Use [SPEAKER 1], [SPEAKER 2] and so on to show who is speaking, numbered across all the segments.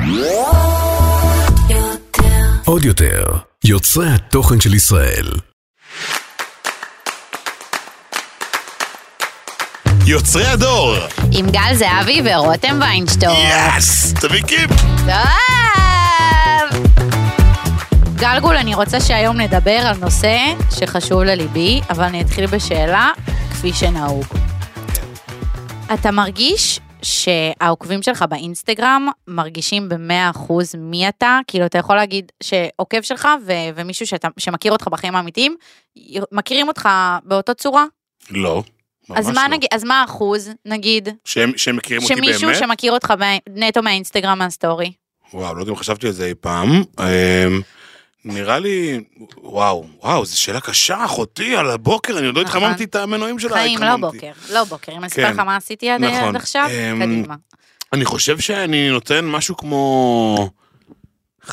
[SPEAKER 1] עוד יותר, יוצרי התוכן של ישראל.
[SPEAKER 2] יוצרי הדור
[SPEAKER 3] עם גל זהבי ורותם ויינשטור.
[SPEAKER 2] יס! תביא קיפ!
[SPEAKER 3] טוב! גלגול, אני רוצה שהיום נדבר על נושא שחשוב לליבי, אבל אני אתחיל בשאלה כפי שנהוג. אתה מרגיש שהעוקבים שלך באינסטגרם מרגישים ב100% מי אתה? כאילו אתה יכול להגיד שעוקב שלך ומישהו שמכיר אותך בחיים האמיתיים, מכירים אותך באותה צורה?
[SPEAKER 2] לא.
[SPEAKER 3] אז מה האחוז, נגיד?
[SPEAKER 2] שהם מכירים אותי באמת?
[SPEAKER 3] שמישהו שמכיר אותך נטו מהאינסטגרם מהסטורי.
[SPEAKER 2] וואו, לא יודע אם חשבתי על זה אי פעם. נראה לי, וואו, זו שאלה קשה, אחותי, על הבוקר, אני עוד לא התחממתי את המנועים שלה.
[SPEAKER 3] חיים, לא בוקר. אם אני אספר לך מה עשיתי עד עכשיו, קדימה.
[SPEAKER 2] אני חושב שאני נותן משהו כמו 50-60%.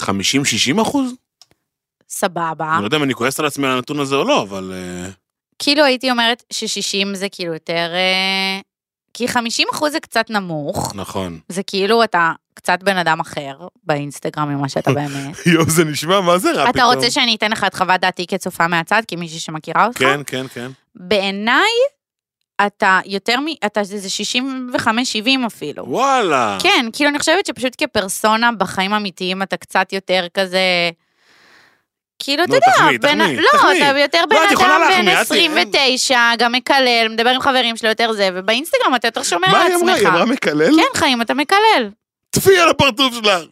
[SPEAKER 3] סבבה.
[SPEAKER 2] אני לא יודע אם אני כועסת על עצמי על הנתון הזה או לא, אבל...
[SPEAKER 3] כאילו הייתי אומרת ש60 זה כאילו יותר... כי 50% זה קצת נמוך.
[SPEAKER 2] נכון.
[SPEAKER 3] זה כאילו אתה קצת בן אדם אחר באינסטגרם ממה שאתה באמת.
[SPEAKER 2] יו, זה נשמע, מה זה רע פתאום?
[SPEAKER 3] אתה רוצה שאני אתן לך את חוות דעתי כצופה מהצד, כמישהי שמכירה אותך?
[SPEAKER 2] כן.
[SPEAKER 3] בעיניי, אתה זה 65-70 אפילו.
[SPEAKER 2] וואלה.
[SPEAKER 3] כן, כאילו אני חושבת שפשוט כפרסונה בחיים אמיתיים, אתה קצת יותר כזה... כאילו, אתה יודע, לא, אתה יותר בן אדם בן 29, גם מקלל, מדבר עם חברים שלו יותר זה, ובאינסטגרם אתה יותר שומר על עצמך.
[SPEAKER 2] מה היא אמרה מקלל?
[SPEAKER 3] כן, חיים, אתה מקלל.
[SPEAKER 2] תפי על הפרצוף שלך.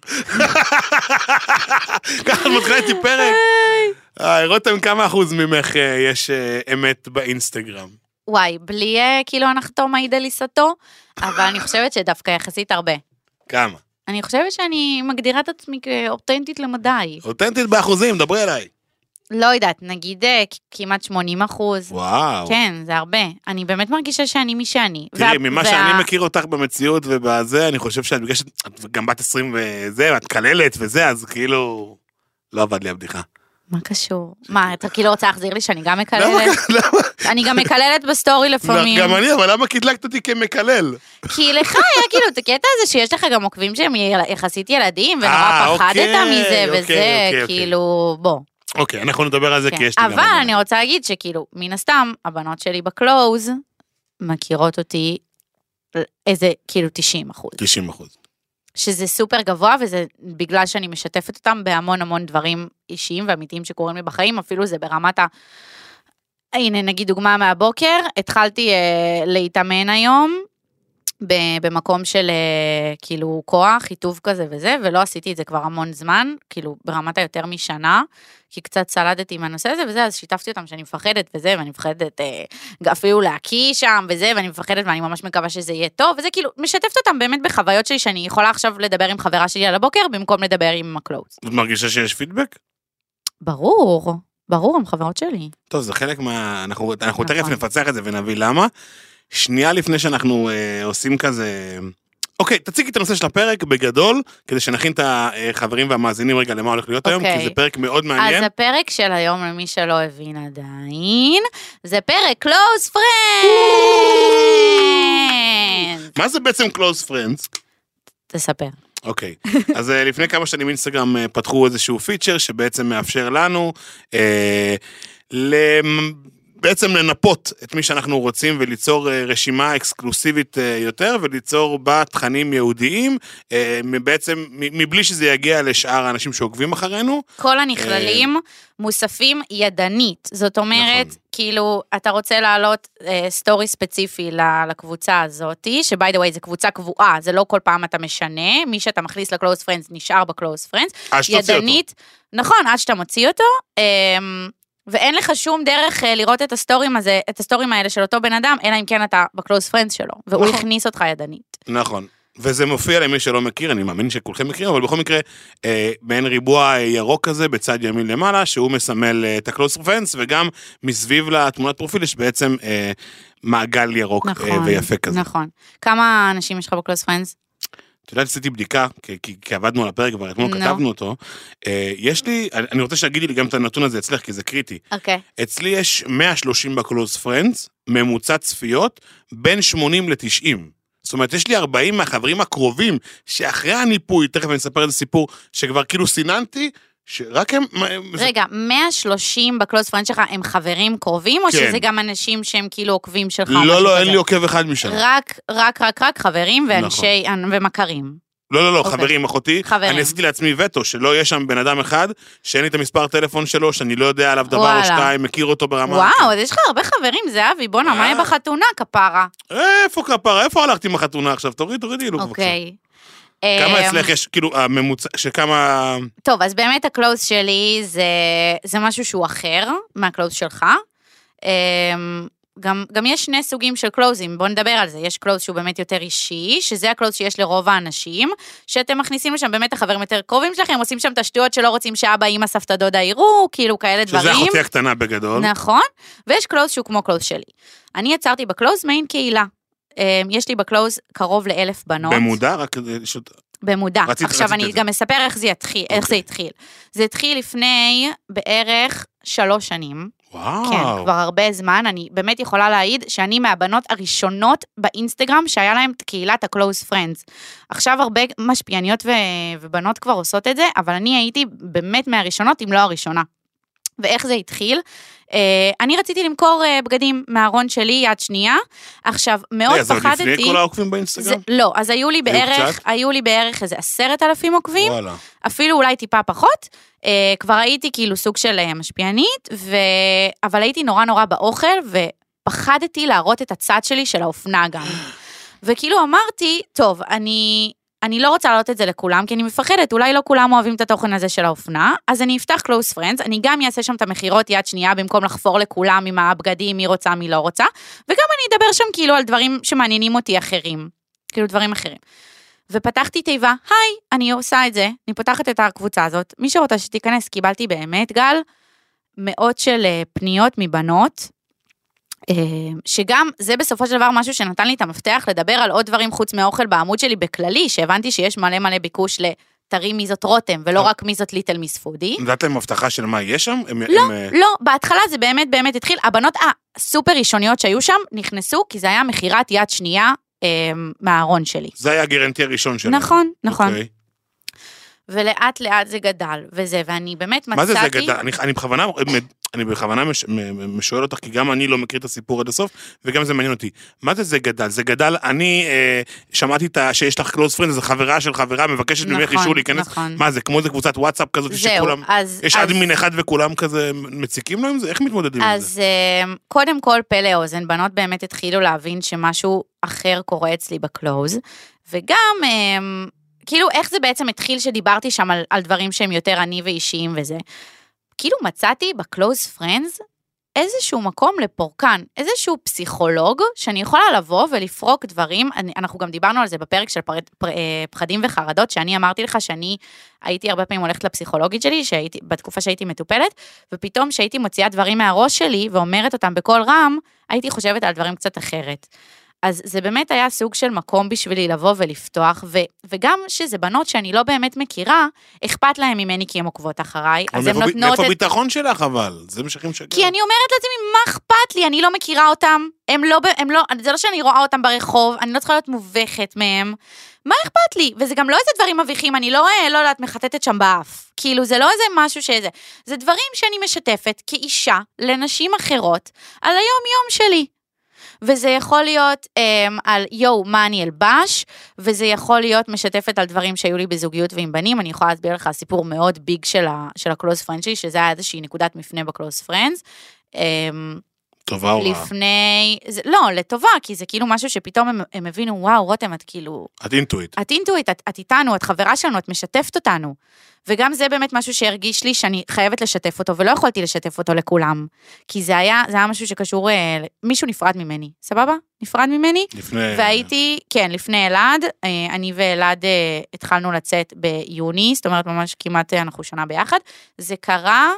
[SPEAKER 2] ככה מתחילה איתי פרק. רותם, כמה אחוז ממך יש אמת באינסטגרם?
[SPEAKER 3] וואי, בלי כאילו הנחתו מעיד על עיסתו, אבל אני חושבת שדווקא יחסית הרבה.
[SPEAKER 2] כמה?
[SPEAKER 3] אני חושבת שאני מגדירה את עצמי כאותנטית למדי.
[SPEAKER 2] אותנטית באחוזים, דברי אליי.
[SPEAKER 3] לא יודעת, נגיד כמעט 80%.
[SPEAKER 2] וואו.
[SPEAKER 3] כן, זה הרבה. אני באמת מרגישה שאני מי שאני.
[SPEAKER 2] תראי, ממה שאני מכיר אותך במציאות ובזה, אני חושב שאת בגלל שאת גם בת 20 וזה, ואת קללת וזה, אז כאילו, לא עבד לי הבדיחה.
[SPEAKER 3] מה קשור? מה, אתה כאילו רוצה להחזיר לי שאני גם מקללת? למה? אני גם מקללת בסטורי לפעמים.
[SPEAKER 2] גם אני, אבל למה קדלקת אותי כמקלל?
[SPEAKER 3] כי לך היה כאילו את הקטע הזה שיש לך גם עוקבים שהם יחסית ילדים, ונורא פחדת מזה וזה, כאילו, בוא.
[SPEAKER 2] אוקיי, אנחנו נדבר על זה כי יש לי גם...
[SPEAKER 3] אבל אני רוצה להגיד שכאילו, מן הסתם, הבנות שלי בקלוז מכירות אותי איזה כאילו 90%.
[SPEAKER 2] 90%.
[SPEAKER 3] שזה סופר גבוה, וזה בגלל שאני משתפת אותם בהמון המון דברים אישיים ואמיתיים שקורים לי בחיים, אפילו זה ברמת הנה, נגיד דוגמה מהבוקר, התחלתי להתאמן היום, במקום של כאילו כוח, חיטוב כזה וזה, ולא עשיתי את זה כבר המון זמן, כאילו ברמת היותר משנה, כי קצת סלדתי עם הנושא הזה וזה, אז שיתפתי אותם שאני מפחדת וזה, ואני מפחדת אפילו להקיא שם וזה, ואני מפחדת ואני ממש מקווה שזה יהיה טוב, וזה כאילו משתפת אותם באמת בחוויות שלי, שאני יכולה עכשיו לדבר עם חברה שלי על הבוקר, במקום לדבר עם הקלוז.
[SPEAKER 2] את מרגישה שיש פידבק?
[SPEAKER 3] ברור, הם חברות שלי.
[SPEAKER 2] טוב, זה חלק אנחנו תכף נפצח את זה ונביא למה. שנייה לפני שאנחנו עושים כזה... אוקיי, תציגי את הנושא של הפרק בגדול, כדי שנכין את החברים והמאזינים רגע למה הולך להיות היום, כי זה פרק מאוד מעניין.
[SPEAKER 3] אז הפרק של היום, למי שלא הבין עדיין, זה פרק Close Friends!
[SPEAKER 2] מה זה בעצם Close Friends?
[SPEAKER 3] תספר.
[SPEAKER 2] אוקיי, אז לפני כמה שנים אינסטגרם פתחו איזשהו פיצ'ר, שבעצם מאפשר לנו בעצם לנפות את מי שאנחנו רוצים וליצור רשימה אקסקלוסיבית יותר, וליצור בה תכנים יהודיים, בעצם מבלי שזה יגיע לשאר האנשים שעוקבים אחרינו.
[SPEAKER 3] כל הנכללים מוספים ידנית, זאת אומרת, כאילו, אתה רוצה להעלות סטורי ספציפי לקבוצה הזאת, שבי דה ווי זה קבוצה קבועה, זה לא כל פעם אתה משנה, מי שאתה מכניס לקלוס פרנדס נשאר בקלוס פרנדס.
[SPEAKER 2] עד שתוציא אותו.
[SPEAKER 3] נכון, עד שאתה מוציא אותו, ואין לך שום דרך לראות את הסטורים האלה של אותו בן אדם, אלא אם כן אתה בקלוס פרנדס שלו, והוא הכניס אותך ידנית.
[SPEAKER 2] נכון. וזה מופיע למי שלא מכיר, אני מאמין שכולכם מכירים, אבל בכל מקרה, מעין ריבוע ירוק כזה, בצד ימין למעלה, שהוא מסמל את הקלוס פרנדס, וגם מסביב לתמונת פרופיל, יש בעצם מעגל ירוק ויפה כזה.
[SPEAKER 3] נכון. כמה אנשים יש לך בקלוס פרנדס?
[SPEAKER 2] אתה יודעת, עשיתי בדיקה, כי עבדנו על הפרק, כבר אתמול כתבנו אותו, יש לי, אני רוצה שתגידי לי גם את הנתון הזה אצלך, כי זה קריטי.
[SPEAKER 3] אוקיי.
[SPEAKER 2] אצלי יש 130 בקלוס פרנדס, ממוצע צפיות, בין 80 ל-90. זאת אומרת, יש לי 40 מהחברים הקרובים, שאחרי הניפוי, תכף אני אספר איזה סיפור, שכבר כאילו סיננתי, שרק הם...
[SPEAKER 3] רגע, 130 בקלוס פרנד שלך הם חברים קרובים, או
[SPEAKER 2] כן.
[SPEAKER 3] שזה גם אנשים שהם כאילו עוקבים שלך?
[SPEAKER 2] לא, אין לי עוקב אחד משם.
[SPEAKER 3] רק חברים ואנשי ומכרים.
[SPEAKER 2] לא, חברים, אחותי.
[SPEAKER 3] חברים.
[SPEAKER 2] אני עשיתי לעצמי וטו, שלא יהיה שם בן אדם אחד, שאין לי את המספר טלפון שלו, שאני לא יודע עליו דבר או שתיים, מכיר אותו ברמה.
[SPEAKER 3] וואו, אז יש לך הרבה חברים, זהבי, בונה, מה יהיה בחתונה, כפרה?
[SPEAKER 2] איפה כפרה? איפה הלכתי עם החתונה עכשיו? תורידי הילוך בבקשה.
[SPEAKER 3] אוקיי.
[SPEAKER 2] כמה אצלך יש, כאילו, הממוצע, שכמה...
[SPEAKER 3] טוב, אז באמת הקלוז שלי זה משהו שהוא אחר מהקלוז שלך. גם יש שני סוגים של קלוזים, בואו נדבר על זה. יש קלוז שהוא באמת יותר אישי, שזה הקלוז שיש לרוב האנשים, שאתם מכניסים לשם באמת החברים יותר קרובים שלכם, עושים שם תשתיות שלא רוצים שאבא, אמא, סבתא, דודה יראו, כאילו כאלה דברים.
[SPEAKER 2] שזה אחותי הקטנה בגדול.
[SPEAKER 3] נכון, ויש קלוז שהוא כמו קלוז שלי. אני יצרתי בקלוז מעין קהילה. יש לי בקלוז קרוב ל1,000 בנות.
[SPEAKER 2] במודע? רק...
[SPEAKER 3] במודע. עכשיו אני גם אספר איך זה התחיל. זה התחיל לפני בערך 3 שנים.
[SPEAKER 2] וואו.
[SPEAKER 3] כן, כבר הרבה זמן, אני באמת יכולה להעיד שאני מהבנות הראשונות באינסטגרם שהיה להם את קהילת ה-close friends. עכשיו הרבה משפיעניות ובנות כבר עושות את זה, אבל אני הייתי באמת מהראשונות, אם לא הראשונה. ואיך זה התחיל? אני רציתי למכור בגדים מהארון שלי יד שנייה, עכשיו מאוד פחדתי...
[SPEAKER 2] אז לפני כל העוקבים באינסטגרם?
[SPEAKER 3] לא, אז היו לי בערך איזה 10,000 עוקבים, אפילו אולי טיפה פחות, כבר הייתי כאילו סוג של משפיענית, אבל הייתי נורא באוכל, ופחדתי להראות את הצד שלי של האופנה גם. וכאילו אמרתי, טוב, אני לא רוצה להעלות את זה לכולם, כי אני מפחדת, אולי לא כולם אוהבים את התוכן הזה של האופנה, אז אני אפתח close friends, אני גם אעשה שם את המחירות יד שנייה, במקום לחפור לכולם עם הבגדים, מי רוצה, מי לא רוצה, וגם אני אדבר שם כאילו על דברים שמעניינים אותי אחרים, כאילו דברים אחרים. ופתחתי תיבה, היי, אני עושה את זה, אני פותחת את הקבוצה הזאת, מי שרוצה שתיכנס, קיבלתי באמת, גל, מאות של פניות מבנות, שגם זה בסופו של דבר משהו שנתן לי את המפתח לדבר על עוד דברים חוץ מהאוכל בעמוד שלי בכללי, שהבנתי שיש מלא ביקוש לתרים מי זאת רותם, ולא רק מי זאת ליטל מיס פודי.
[SPEAKER 2] נתת להם הבטחה של מה יש שם?
[SPEAKER 3] לא, בהתחלה זה באמת התחיל, הבנות הסופר ראשוניות שהיו שם נכנסו, כי זה היה מחירת יד שנייה מהארון שלי.
[SPEAKER 2] זה היה הגרנטי הראשון שלהם.
[SPEAKER 3] נכון. ולאט זה גדל, ואני באמת מצאתי...
[SPEAKER 2] מה זה גדל? אני בכוונה משואל אותך, כי גם אני לא מכיר את הסיפור עד הסוף, וגם זה מעניין אותי. מה זה גדל? זה גדל, אני שמעתי שיש לך קלוס פרנד, זו חברה של חברה, מבקשת ממך אישור להיכנס. מה זה, כמו איזה קבוצת וואטסאפ כזאת, שכולם... יש אדמין אחד וכולם כזה מציקים לו עם זה? איך מתמודדים עם זה?
[SPEAKER 3] אז קודם כל פלא אוזן, בנות באמת התחילו להבין שמשהו אחר קורה אצלי בקלוז, וגם... כאילו, איך זה בעצם התחיל שדיברתי שם על דברים שהם יותר עני ואישיים וזה? כאילו מצאתי בקלוז פרנדס איזשהו מקום לפורקן, איזשהו פסיכולוג שאני יכולה לבוא ולפרוק דברים, אנחנו גם דיברנו על זה בפרק של פחדים וחרדות, שאני אמרתי לך שאני הייתי הרבה פעמים הולכת לפסיכולוגית שלי, בתקופה שהייתי מטופלת, ופתאום שהייתי מוציאה דברים מהראש שלי ואומרת אותם בכל רם, הייתי חושבת על דברים קצת אחרת. אז זה באמת היה סוג של מקום בשבילי לבוא ולפתוח, וגם שזה בנות שאני לא באמת מכירה, אכפת להם ממני כי הן עוקבות אחריי, אז הן נותנות
[SPEAKER 2] מאיפה הביטחון שלך אבל? זה משכים שקר.
[SPEAKER 3] כי אני אומרת לעצמי, מה אכפת לי? אני לא מכירה אותם, זה לא שאני רואה אותם ברחוב, אני לא צריכה להיות מובכת מהם, מה אכפת לי? וזה גם לא איזה דברים מביכים, אני לא יודעת מחטטת שם באף, כאילו זה לא איזה משהו זה דברים שאני משתפת כאישה לנשים אחרות, על היום-יום שלי. וזה יכול להיות על מה אני אלבש, וזה יכול להיות משתפת על דברים שהיו לי בזוגיות ועם בנים, אני יכולה להסביר לך סיפור מאוד ביג של הקלוס פרנד שלי, שזה היה איזושהי נקודת מפנה בקלוס פרנדס.
[SPEAKER 2] טובה או רעה?
[SPEAKER 3] לא, לטובה, כי זה כאילו משהו שפתאום הם הבינו, וואו, רותם, את כאילו...
[SPEAKER 2] את אינטואיט.
[SPEAKER 3] את איתנו, את חברה שלנו, את משתפת אותנו. וגם זה באמת משהו שהרגיש לי שאני חייבת לשתף אותו, ולא יכולתי לשתף אותו לכולם. כי זה היה משהו שקשור, מישהו נפרד ממני, סבבה? נפרד ממני? והייתי, כן, לפני אלעד, אני ואלעד התחלנו לצאת ביוני, זאת אומרת ממש כמעט אנחנו שנה ביחד, זה קרה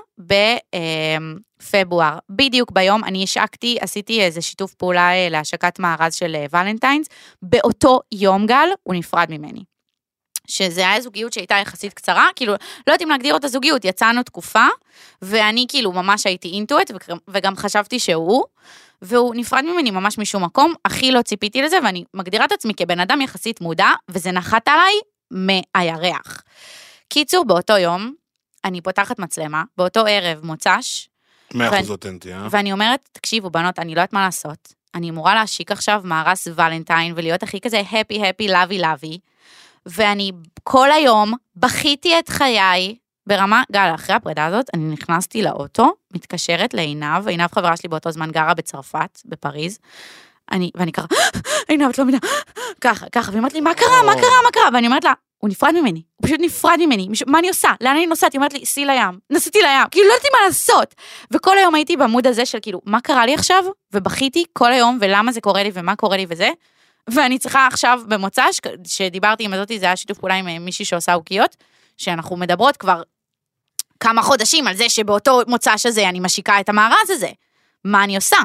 [SPEAKER 3] בפברואר, בדיוק ביום, אני עשיתי איזה שיתוף פעולה להשקת מארז של ולנטיינס, באותו יום גל, הוא נפרד ממני. שזה היה זוגיות שהייתה יחסית קצרה, כאילו, לא יודעת אם להגדיר אותה זוגיות, יצאנו תקופה, ואני כאילו ממש הייתי אינטואט, וגם חשבתי שהוא, והוא נפרד ממני ממש משום מקום, הכי לא ציפיתי לזה, ואני מגדירה את עצמי כבן אדם יחסית מודע, וזה נחת עליי מהירח. קיצור, באותו יום, אני פותחת מצלמה, באותו ערב מוצ"ש,
[SPEAKER 2] 100% אותנטי,
[SPEAKER 3] ואני אומרת, תקשיבו, בנות, אני לא יודעת מה לעשות, אני אמורה להשיק עכשיו מארס ולנטיין, ולהיות הכי כזה happy, lovey, ואני כל היום בכיתי את חיי, ברמה, גל, אחרי הפרידה הזאת, אני נכנסתי לאוטו, מתקשרת לעינב, עינב חברה שלי באותו זמן גרה בצרפת, בפריז, ואני ככה, עינב, את לא מבינה, ככה, והיא אומרת לי, מה קרה? ואני אומרת לה, הוא נפרד ממני, הוא פשוט נפרד ממני, מה אני עושה? לאן אני נוסעת? היא אומרת לי, סי לים, נסעתי לים, כאילו לא יודעתי מה לעשות. וכל היום הייתי בעמוד הזה של כאילו, מה קרה לי עכשיו? ובכיתי כל היום, ולמה זה קורה לי, ומה קורה לי וזה. ואני צריכה עכשיו במוצ"ש, שדיברתי עם הזאתי, זה היה שיתוף פעולה עם מישהי שעושה אוקיות, שאנחנו מדברות כבר כמה חודשים על זה שבאותו מוצ"ש הזה אני משיקה את המארז הזה. מה אני עושה?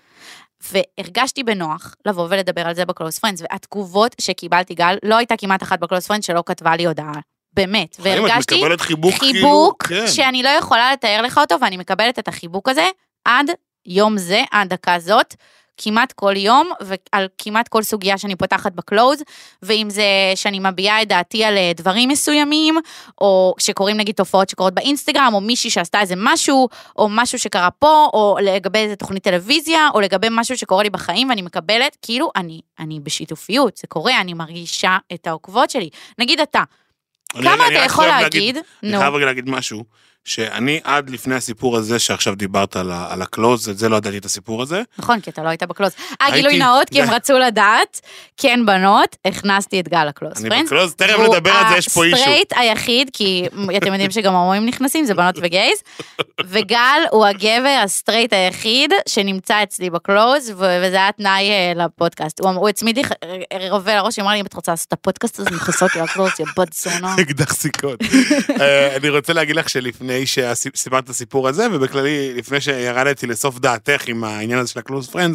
[SPEAKER 3] והרגשתי בנוח לבוא ולדבר על זה בקלוס פרנדס, והתגובות שקיבלתי גל, לא הייתה כמעט אחת בקלוס פרנדס שלא כתבה לי הודעה. באמת. והרגשתי חיבוק שאני לא יכולה לתאר לך אותו, ואני מקבלת את החיבוק הזה עד יום זה, עד דקה זאת, כמעט כל יום, ועל כמעט כל סוגיה שאני פותחת בקלוז, ואם זה שאני מביעה את דעתי על דברים מסוימים, או שקוראים נגיד תופעות שקורות באינסטגרם, או מישהי שעשתה איזה משהו, או משהו שקרה פה, או לגבי איזה תוכנית טלוויזיה, או לגבי משהו שקורה לי בחיים, ואני מקבלת, כאילו אני בשיתופיות, זה קורה, אני מרגישה את העוקבות שלי. נגיד אתה, כמה אתה יכול להגיד?
[SPEAKER 2] אני חייב להגיד משהו, שאני עד לפני הסיפור הזה שעכשיו דיברת על הקלוז, את זה לא ידעתי את הסיפור הזה.
[SPEAKER 3] נכון, כי אתה לא היית בקלוז. גילוי נאות, כי הם רצו לדעת, כן בנות, הכנסתי את גל לקלוז.
[SPEAKER 2] אני בקלוז, תכף נדבר על זה, יש פה אישו.
[SPEAKER 3] הוא הסטרייט היחיד, כי אתם יודעים שגם הומואים נכנסים, זה בנות וגייז, וגל הוא הגבר הסטרייט היחיד שנמצא אצלי בקלוז, וזה היה תנאי לפודקאסט. הוא הצמיד לי רווה לראש, הוא אמר לי, אם את רוצה לעשות את הפודקאסט הזה, נכנסות לקלוז, יא בת זונה.
[SPEAKER 2] אקדח סיכון. אני רוצה להגיד לך שלפני שסיפרת את הסיפור הזה, ובכללי, לפני שירדתי לסוף דעתך עם העניין הזה של הקלוס פרנדס,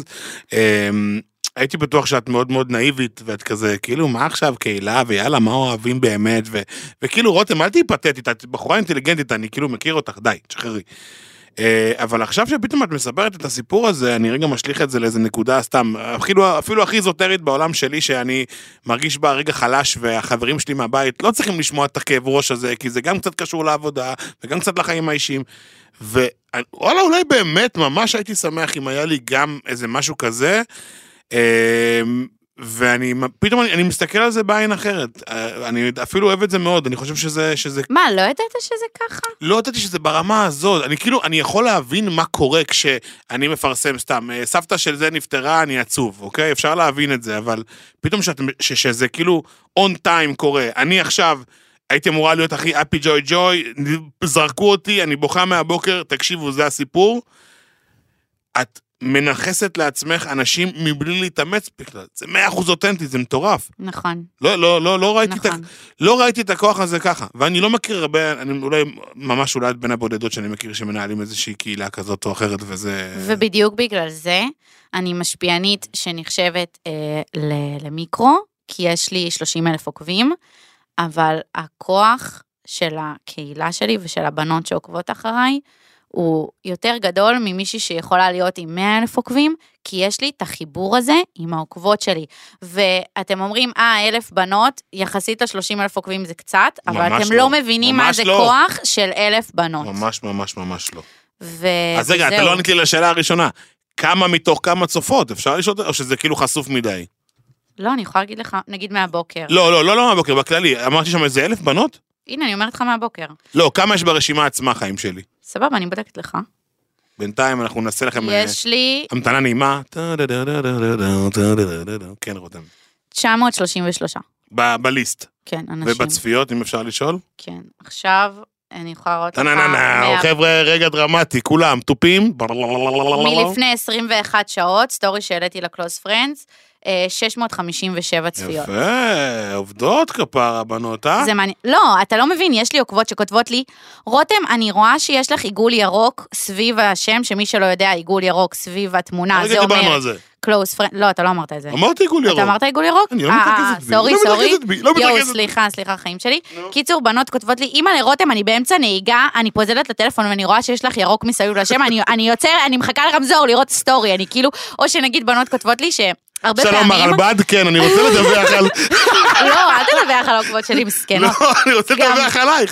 [SPEAKER 2] הייתי בטוח שאת מאוד מאוד נאיבית, ואת כזה, כאילו, מה עכשיו קהילה, ויאללה, מה אוהבים באמת, וכאילו, רותם, אל תהי פתטית, את בחורה אינטליגנטית, אני כאילו מכיר אותך, די, תשחררי. אבל עכשיו שפתאום את מספרת את הסיפור הזה, אני רגע משליך את זה לאיזה נקודה סתם, אפילו הכי זוטרית בעולם שלי, שאני מרגיש בה רגע חלש, והחברים שלי מהבית לא צריכים לשמוע את הכאב ראש הזה, כי זה גם קצת קשור לעבודה, וגם קצת לחיים האישיים, וואלה, אולי באמת ממש הייתי שמח אם היה לי גם איזה משהו כזה, ואני פתאום אני מסתכל על זה בעין אחרת, אני אפילו אוהב את זה מאוד, אני חושב שזה...
[SPEAKER 3] מה, לא ידעת שזה ככה?
[SPEAKER 2] לא ידעתי שזה ברמה הזאת, אני יכול להבין מה קורה כשאני מפרסם סתם, סבתא של זה נפטרה, אני עצוב, אוקיי? אפשר להבין את זה, אבל פתאום שזה כאילו on time קורה, אני עכשיו הייתי אמורה להיות הכי happy joy joy, זרקו אותי, אני בוכה מהבוקר, תקשיבו, זה הסיפור, את מנחסת לעצמך אנשים מבלי להתאמץ בכלל, זה 100% אותנטי, זה מטורף.
[SPEAKER 3] נכון.
[SPEAKER 2] לא ראיתי את הכוח הזה ככה, ואני לא מכיר הרבה, אני אולי בין הבודדות שאני מכיר שמנהלים איזושהי קהילה כזאת או אחרת, וזה...
[SPEAKER 3] ובדיוק בגלל זה, אני משפיענית שנחשבת למיקרו, כי יש לי 30,000 עוקבים, אבל הכוח של הקהילה שלי ושל הבנות שעוקבות אחריי, הוא יותר גדול ממישהי שיכולה להיות עם 100,000 עוקבים, כי יש לי את החיבור הזה עם העוקבות שלי. ואתם אומרים, 1,000 בנות, יחסית ל-30,000 עוקבים זה קצת, אבל אתם לא מבינים מה זה כוח של 1,000 בנות.
[SPEAKER 2] ממש ממש ממש לא. אז רגע, אתה לא ענית לי לשאלה הראשונה, כמה מתוך כמה צופות, אפשר לשאול, או שזה כאילו חשוף מדי?
[SPEAKER 3] לא, אני יכולה להגיד לך, נגיד מהבוקר.
[SPEAKER 2] לא מהבוקר, בכללי, אמרתי שם איזה 1,000 בנות?
[SPEAKER 3] הנה, אני אומרת לך מהבוקר.
[SPEAKER 2] לא, כמה יש ברשימה עצמה חיים שלי?
[SPEAKER 3] סבבה, אני בודקת לך.
[SPEAKER 2] בינתיים אנחנו נעשה לכם...
[SPEAKER 3] יש לי...
[SPEAKER 2] המתנה נעימה. כן, רותם.
[SPEAKER 3] 933.
[SPEAKER 2] בליסט.
[SPEAKER 3] כן, אנשים.
[SPEAKER 2] ובצפיות, אם אפשר לשאול?
[SPEAKER 3] כן, עכשיו אני יכולה לראות לך...
[SPEAKER 2] חבר'ה, רגע דרמטי, כולם, טופים.
[SPEAKER 3] מלפני 21 שעות, סטורי שהעליתי לקלוס פרנדס, 657 צפיות.
[SPEAKER 2] יפה, עובדות כפרה בנות,
[SPEAKER 3] זה מעניין. לא, אתה לא מבין, יש לי עוקבות שכותבות לי, רותם, אני רואה שיש לך עיגול ירוק סביב השם, שמי שלא יודע, עיגול ירוק סביב התמונה,
[SPEAKER 2] רגע דיברנו על זה.
[SPEAKER 3] קלוז פרנד, לא, אתה לא אמרת את זה.
[SPEAKER 2] אמרתי עיגול ירוק.
[SPEAKER 3] אתה אמרת עיגול ירוק?
[SPEAKER 2] אני לא מתרכזת בי.
[SPEAKER 3] סורי.
[SPEAKER 2] לא מתרכזת
[SPEAKER 3] יואו,
[SPEAKER 2] בי.
[SPEAKER 3] סליחה, חיים שלי. קיצור, בנות כותבות לי, אמא לרותם, אני באמצע נהיגה, אני פוזלת לטלפון ואני רואה שיש לך ירוק מסביב לשם, אני מחכה לרמזור לראות סטורי, אני כאילו, או שנגיד בנות כותבות לי שהרבה פעמים...
[SPEAKER 2] שלום מרלבד, כן, אני רוצה לדווח על...
[SPEAKER 3] לא, אל תדווח על העוקבות שלי, מסכנות.
[SPEAKER 2] לא, אני רוצה לדווח עלייך.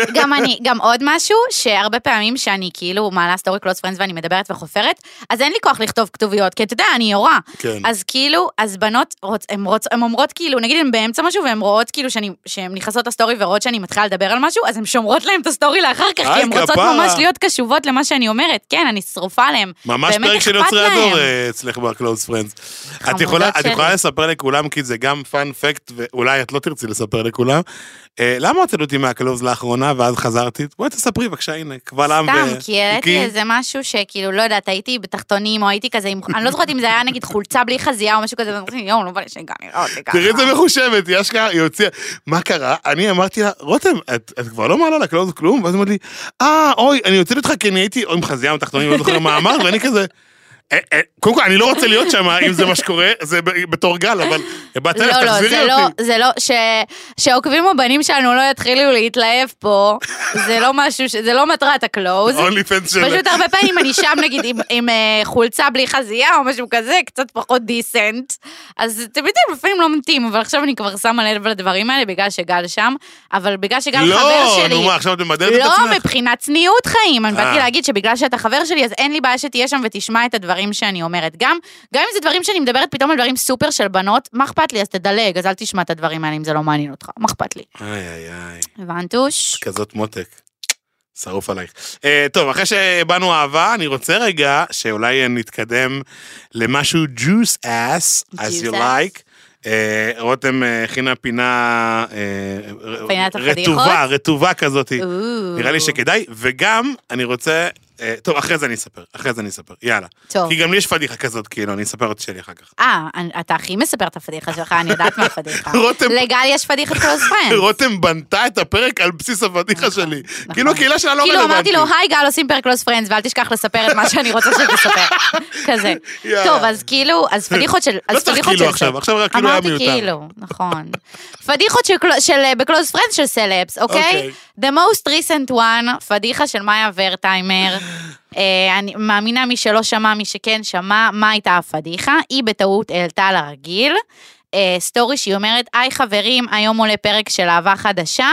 [SPEAKER 3] גם עוד משהו, שהרבה פעמים שאני כאילו מעלה סטורי קלוס פרנדס ואני מדברת וחופרת, אז אין לי כוח לכתוב כתוביות, כי אתה יודע, אני יורה.
[SPEAKER 2] כן.
[SPEAKER 3] אז כאילו, אז בנות, הן אומרות כאילו, נגיד הן באמצע משהו, והן רואות כאילו שהן נכנסות לסטורי ורואות שאני מתחילה לדבר על משהו, אז הן שומרות להם את הסטורי לאחר כך, כי הן רוצות ממש להיות קשובות למה שאני אומרת. כן, אני שרופה עליהם.
[SPEAKER 2] ממש פרק של יוצרי הדור אצלך בקלוס פרנדס. את יכולה לספר לכולם, כי זה גם פאן פקט, ואולי את לא תרצי לספר לכולם. למה הוצאת אותי מהקלוז לאחרונה, ואז חזרתי? בואי תספרי, בבקשה, הנה, קבל עם
[SPEAKER 3] סתם, כי העליתי איזה משהו שכאילו, לא יודעת, הייתי בתחתונים, או הייתי כזה, אני לא זוכרת אם זה היה נגיד חולצה בלי חזייה, או משהו כזה, ואני חושבת, יום, לא בא לי שגע, נראה אותי ככה.
[SPEAKER 2] תראי את זה מחושבת, יש ככה, היא הוציאה, מה קרה? אני אמרתי לה, רותם, את כבר לא מעלה לקלוז כלום? ואז אמרתי לי, אוי, אני יוצאת אותך, כי אני הייתי, או עם חזייה, או תחתונים, לא זוכר מה אמרת, ואני כזה, קודם כל, אני לא רוצה להיות שם, אם זה מה שקורה, זה בתור גל, אבל בתלך, תחזירי אותי.
[SPEAKER 3] זה לא, שעוקבים הבנים שלנו לא יתחילו להתלהב פה, זה לא משהו, זה לא מטרת הקלוז. פשוט הרבה פעמים אני שם, נגיד, עם חולצה בלי חזייה, או משהו כזה, קצת פחות דיסנט, אז אתם יודעים, לפעמים לא מתאים, אבל עכשיו אני כבר שמה לב לדברים האלה, בגלל שגל שם, אבל בגלל שגל חבר שלי...
[SPEAKER 2] לא, נו מה, עכשיו אתם מדרת את עצמך?
[SPEAKER 3] לא, מבחינת צניעות חיים, אני באתי להגיד שבגלל שאתה חבר שלי, אז אין לי בעיה שתהיה שם ותשמע את הדברים שאני אומרת. גם אם זה דברים שאני מדברת פתאום על דברים סופר של בנות, מה אכפת לי? אז תדלג, אז אל תשמע את הדברים האלה אם זה לא מעניין אותך. מה אכפת לי? הבנתוש?
[SPEAKER 2] כזאת מותק. שרוף עלייך. טוב, אחרי שבאנו אהבה, אני רוצה רגע שאולי נתקדם למשהו juice ass, as you like. רותם הכינה פינה רטובה כזאת. נראה לי שכדאי, וגם אני רוצה... טוב, אחרי זה אני אספר, יאללה. כי גם לי יש פדיחה כזאת, כאילו, אני אספר אותי שלי אחר כך.
[SPEAKER 3] אתה הכי מספר את הפדיחה שלך, אני יודעת מה הפדיחה. לגל יש פדיחת קלוז פרנדס.
[SPEAKER 2] רותם בנתה את הפרק על בסיס הפדיחה שלי. כאילו, הקהילה שלה לא רלוונטית.
[SPEAKER 3] כאילו, אמרתי לו, היי גל, עושים פרק קלוז פרנדס, ואל תשכח לספר את מה שאני רוצה שתספר. כזה. טוב, אז כאילו, אז פדיחות של...
[SPEAKER 2] לא צריך כאילו עכשיו רק כאילו היה מיותר.
[SPEAKER 3] אמרתי כאילו, נכון. פדיחות בקלוז פרנדס של סלבס, אוקיי? The most recent one, פדיחה של מאיה ורטיימר. אני מאמינה מי שלא שמע, מי שכן שמע, מה הייתה הפדיחה? היא בטעות העלתה לרגיל, סטורי שהיא אומרת, היי חברים, היום עולה פרק של אהבה חדשה,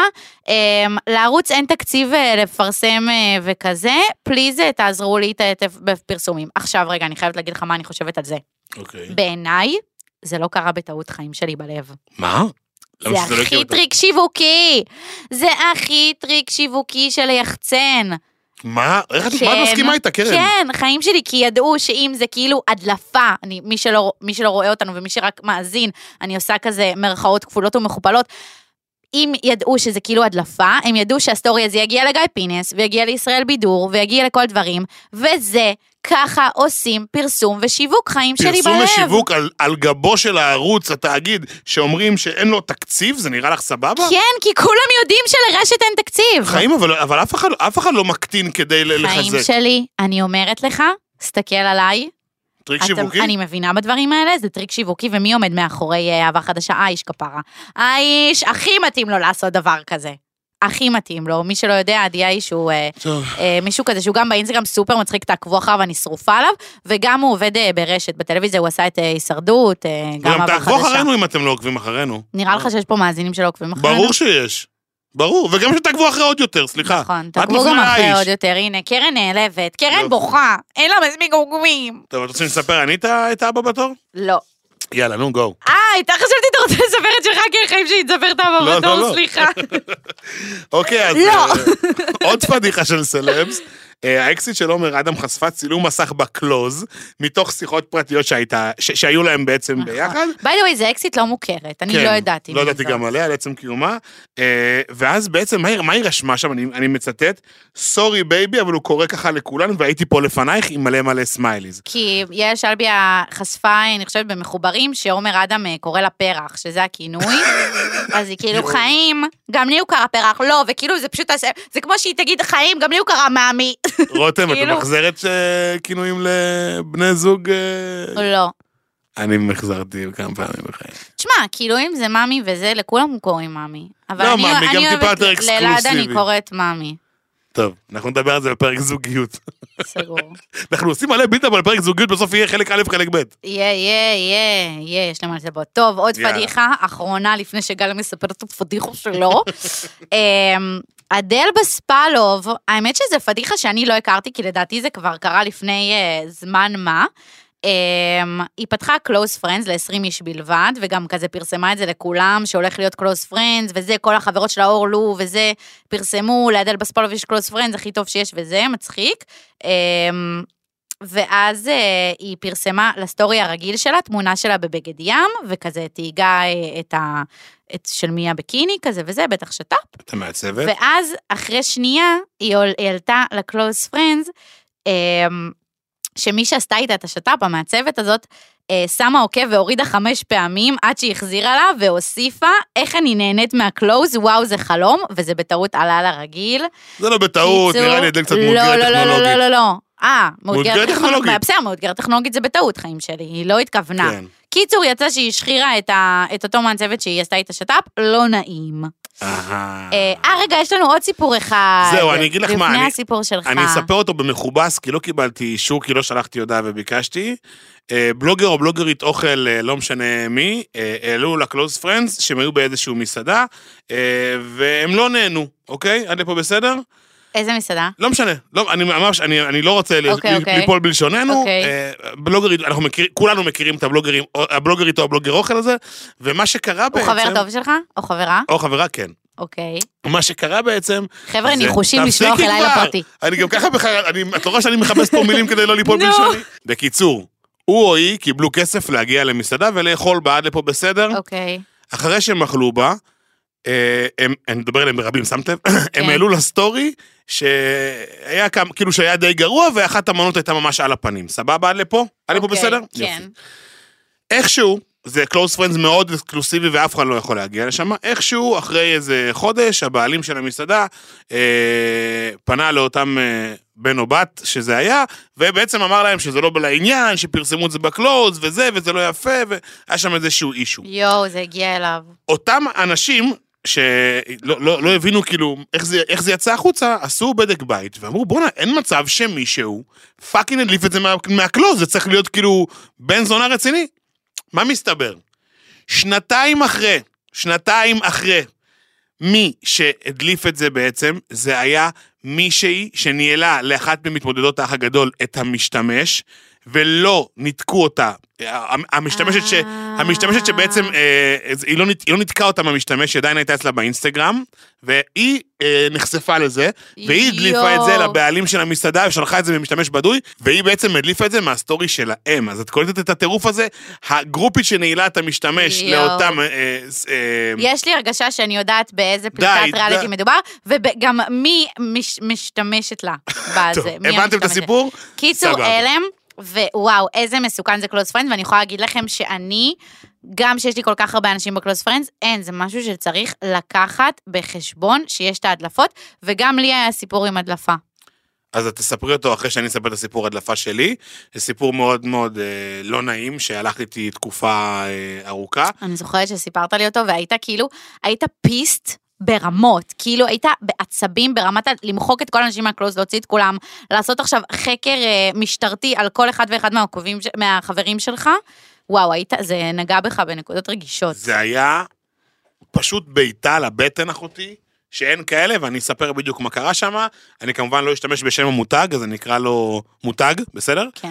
[SPEAKER 3] לערוץ אין תקציב לפרסם וכזה, פליז תעזרו לי בפרסומים. עכשיו רגע, אני חייבת להגיד לך מה אני חושבת על זה. בעיניי, זה לא קרה בטעות חיים שלי בלב.
[SPEAKER 2] מה?
[SPEAKER 3] זה הכי טריק שיווקי, זה הכי טריק שיווקי של היחצן.
[SPEAKER 2] מה? איך את מסכימה איתה, קרן?
[SPEAKER 3] כן, חיים שלי, כי ידעו שאם זה כאילו הדלפה, מי שלא רואה אותנו ומי שרק מאזין, אני עושה כזה מרכאות כפולות ומכופלות, אם ידעו שזה כאילו הדלפה, הם ידעו שהסטורי הזה יגיע לגיא פינס, ויגיע לישראל בידור, ויגיע לכל דברים, וזה ככה עושים פרסום ושיווק חיים שלי בלב.
[SPEAKER 2] פרסום ושיווק על גבו של הערוץ, התאגיד, שאומרים שאין לו תקציב, זה נראה לך סבבה?
[SPEAKER 3] כן, כי כולם יודעים שלרשת אין תקציב.
[SPEAKER 2] חיים, אבל אף אחד לא מקטין כדי לחזק.
[SPEAKER 3] חיים שלי, אני אומרת לך, סתכל עליי.
[SPEAKER 2] טריק שיווקי?
[SPEAKER 3] אני מבינה בדברים האלה, זה טריק שיווקי, ומי עומד מאחורי אהבה חדשה? האיש כפרה. האיש הכי מתאים לו לעשות דבר כזה. הכי מתאים לו, מי שלא יודע, עדי האיש הוא מישהו כזה, שהוא גם באינסטגרם סופר מצחיק, תעקבו אחריו, אני שרופה עליו, וגם הוא עובד ברשת, בטלוויזיה הוא עשה את הישרדות, גם אהבה חדשה.
[SPEAKER 2] תעקבו אחרינו אם אתם לא עוקבים אחרינו.
[SPEAKER 3] נראה לך שיש פה מאזינים שלא עוקבים אחרינו?
[SPEAKER 2] ברור שיש. ברור, וגם שתעקבו אחרי עוד יותר, סליחה.
[SPEAKER 3] נכון, תעקבו גם אחרי עוד יותר, הנה, קרן נעלבת, קרן בוכה, אין לה מספיק עוקבים.
[SPEAKER 2] טוב, את רוצים לספר, אני את האבא בתור?
[SPEAKER 3] לא.
[SPEAKER 2] יאללה, נו, גו.
[SPEAKER 3] הייתה חשבתי, אתה רוצה לספר את שלך, כי החיים שלי תספר את האבא בתור, סליחה.
[SPEAKER 2] אוקיי, אז עוד פדיחה של סלבס. האקסיט של עומר אדם חשפה צילום מסך בקלוז, מתוך שיחות פרטיות שהיו להם בעצם ביחד.
[SPEAKER 3] ביי דווי, זה אקסיט לא מוכרת, אני לא ידעתי.
[SPEAKER 2] לא ידעתי גם עליה, על עצם קיומה. ואז בעצם, מה היא רשמה שם? אני מצטט, סורי בייבי, אבל הוא קורא ככה לכולן, והייתי פה לפנייך עם מלא מלא סמייליז.
[SPEAKER 3] כי יש אלביה חשפה, אני חושבת, במחוברים, שעומר אדם קורא לה פרח, שזה הכינוי, אז היא כאילו חיים, גם לי הוא קרא פרח, לא, וכאילו זה פשוט, זה כמו שהיא תגיד חיים, גם לי הוא קרא מאמי.
[SPEAKER 2] רותם, אתה מחזרת כינויים לבני זוג?
[SPEAKER 3] לא.
[SPEAKER 2] אני מחזרתי כמה פעמים בחיים.
[SPEAKER 3] תשמע, כאילו אם זה מאמי וזה, לכולם קוראים מאמי. אבל
[SPEAKER 2] לא,
[SPEAKER 3] אני
[SPEAKER 2] מאמי, גם טיפה יותר
[SPEAKER 3] לאלעד אני
[SPEAKER 2] אקסקלוסיבי.
[SPEAKER 3] קוראת מאמי.
[SPEAKER 2] טוב, אנחנו נדבר על זה בפרק זוגיות.
[SPEAKER 3] סגור.
[SPEAKER 2] אנחנו עושים מלא ביטה, אבל בפרק זוגיות בסוף יהיה חלק א' וחלק ב'.
[SPEAKER 3] יהיה, יש להם על זה בו. טוב, עוד
[SPEAKER 2] יאללה.
[SPEAKER 3] פדיחה, אחרונה לפני שגל מספר את הפדיחה שלו. אדל בספלוב, האמת שזה פדיחה שאני לא הכרתי, כי לדעתי זה כבר קרה לפני זמן מה. היא פתחה close friends ל-20 איש בלבד, וגם כזה פרסמה את זה לכולם, שהולך להיות close friends, וזה, כל החברות של האורלו, וזה, פרסמו, לאדל בספלוב יש close friends, הכי טוב שיש, וזה, מצחיק. ואז היא פרסמה לסטורי הרגיל שלה, תמונה שלה בבגד ים, וכזה תהיגה את של מי הביקיני כזה, וזה, בטח שטאפ.
[SPEAKER 2] אתה מעצבת?
[SPEAKER 3] ואז, אחרי שנייה, היא העלתה ל-close friends, שמי שעשתה איתה את השטאפ, המעצבת הזאת, שמה עוקב והורידה 5 פעמים, עד שהיא החזירה לה, והוסיפה, איך אני נהנית מהקלוז, וואו, זה חלום, וזה בטעות עלה לרגיל.
[SPEAKER 2] זה לא בטעות, נראה לי קצת מאותגרת טכנולוגית.
[SPEAKER 3] לא.
[SPEAKER 2] מאותגרת טכנולוגית.
[SPEAKER 3] בסדר, מאותגרת טכנולוגית זה בטעות, חיים שלי, היא לא התכוונה.
[SPEAKER 2] כן.
[SPEAKER 3] קיצור, יצא שהיא השחירה את אותו מעצבת שהיא עשתה איתה שטאפ, לא נעים. רגע, יש לנו עוד סיפור אחד.
[SPEAKER 2] זהו, אני אגיד לך מה,
[SPEAKER 3] לפני הסיפור שלך.
[SPEAKER 2] אני אספר אותו במכובס, כי לא קיבלתי אישור, כי לא שלחתי הודעה וביקשתי. בלוגר או בלוגרית אוכל, לא משנה מי, העלו ל-close friends, שהם היו באיזשהו מסעדה, והם לא נהנו, אוקיי? עד לפה בסדר?
[SPEAKER 3] איזה מסעדה?
[SPEAKER 2] לא משנה, אני לא רוצה ליפול בלשוננו, בלוגרית, כולנו מכירים את הבלוגרית או הבלוגר אוכל הזה, ומה שקרה בעצם...
[SPEAKER 3] הוא חבר טוב שלך? או חברה?
[SPEAKER 2] או חברה, כן.
[SPEAKER 3] אוקיי.
[SPEAKER 2] מה שקרה בעצם...
[SPEAKER 3] חבר'ה, ניחושים לשלוח אליי לפרטי.
[SPEAKER 2] אני גם ככה את רואה שאני מחפש פה מילים כדי לא ליפול בלשוני? בקיצור, הוא או היא קיבלו כסף להגיע למסעדה ולאכול בה עד לפה בסדר.
[SPEAKER 3] אוקיי.
[SPEAKER 2] אחרי שהם אכלו בה, אני מדבר עליהם ברבים, שמתם? הם העלו לסטורי שהיה כאילו שהיה די גרוע, ואחת המנות הייתה ממש על הפנים. סבבה עד לפה? עד לפה בסדר?
[SPEAKER 3] כן.
[SPEAKER 2] איכשהו, זה close friends מאוד אקסקלוסיבי, ואף אחד לא יכול להגיע לשם. איכשהו, אחרי איזה חודש, הבעלים של המסעדה פנה לאותם בן או בת שזה היה, ובעצם אמר להם שזה לא לעניין, שפרסמו את זה בקלוז, וזה לא יפה, והיה שם איזשהו אישו.
[SPEAKER 3] יואו, זה הגיע אליו.
[SPEAKER 2] אותם אנשים שלא הבינו כאילו איך זה יצא החוצה, עשו בדק בית, ואמרו בונה, אין מצב שמישהו פאקינג הדליף את זה מהקלוז, זה צריך להיות כאילו בן זונה רציני. מה מסתבר? שנתיים אחרי, מי שהדליף את זה בעצם, זה היה מישהי שניהלה לאחת ממתמודדות האח הגדול את המשתמש, ולא ניתקו אותה. המשתמשת שבעצם, היא לא ניתקה אותה מהמשתמש, היא עדיין הייתה אצלה באינסטגרם, והיא נחשפה לזה, והיא הדליפה את זה לבעלים של המסעדה, ושלחה את זה במשתמש בדוי, והיא בעצם הדליפה את זה מהסטורי שלהם. אז את קולטת את הטירוף הזה, הגרופית שנעילה את המשתמש לאותם...
[SPEAKER 3] יש לי הרגשה שאני יודעת באיזה פליטת ריאליטי מדובר, וגם מי משתמשת לה בזה.
[SPEAKER 2] הבנתם את הסיפור?
[SPEAKER 3] קיצור, אלם, ווואו, איזה מסוכן זה קלוס פרנדס, ואני יכולה להגיד לכם שאני, גם שיש לי כל כך הרבה אנשים בקלוס פרנדס, אין, זה משהו שצריך לקחת בחשבון שיש את ההדלפות, וגם לי היה סיפור עם הדלפה.
[SPEAKER 2] אז את תספרי אותו אחרי שאני אספר את הסיפור הדלפה שלי, זה סיפור מאוד מאוד לא נעים, שהלך איתי תקופה ארוכה.
[SPEAKER 3] אני זוכרת שסיפרת לי אותו, והיית כאילו, היית פיסט, ברמות, כאילו היית בעצבים ברמת למחוק את כל האנשים מהקלוז, להוציא את כולם, לעשות עכשיו חקר משטרתי על כל אחד ואחד מהחברים שלך, וואו, זה נגע בך בנקודות רגישות.
[SPEAKER 2] זה היה פשוט ביתה לבטן אחותי, שאין כאלה, ואני אספר בדיוק מה קרה שם, אני כמובן לא אשתמש בשם המותג, אז אני אקרא לו מותג, בסדר?
[SPEAKER 3] כן.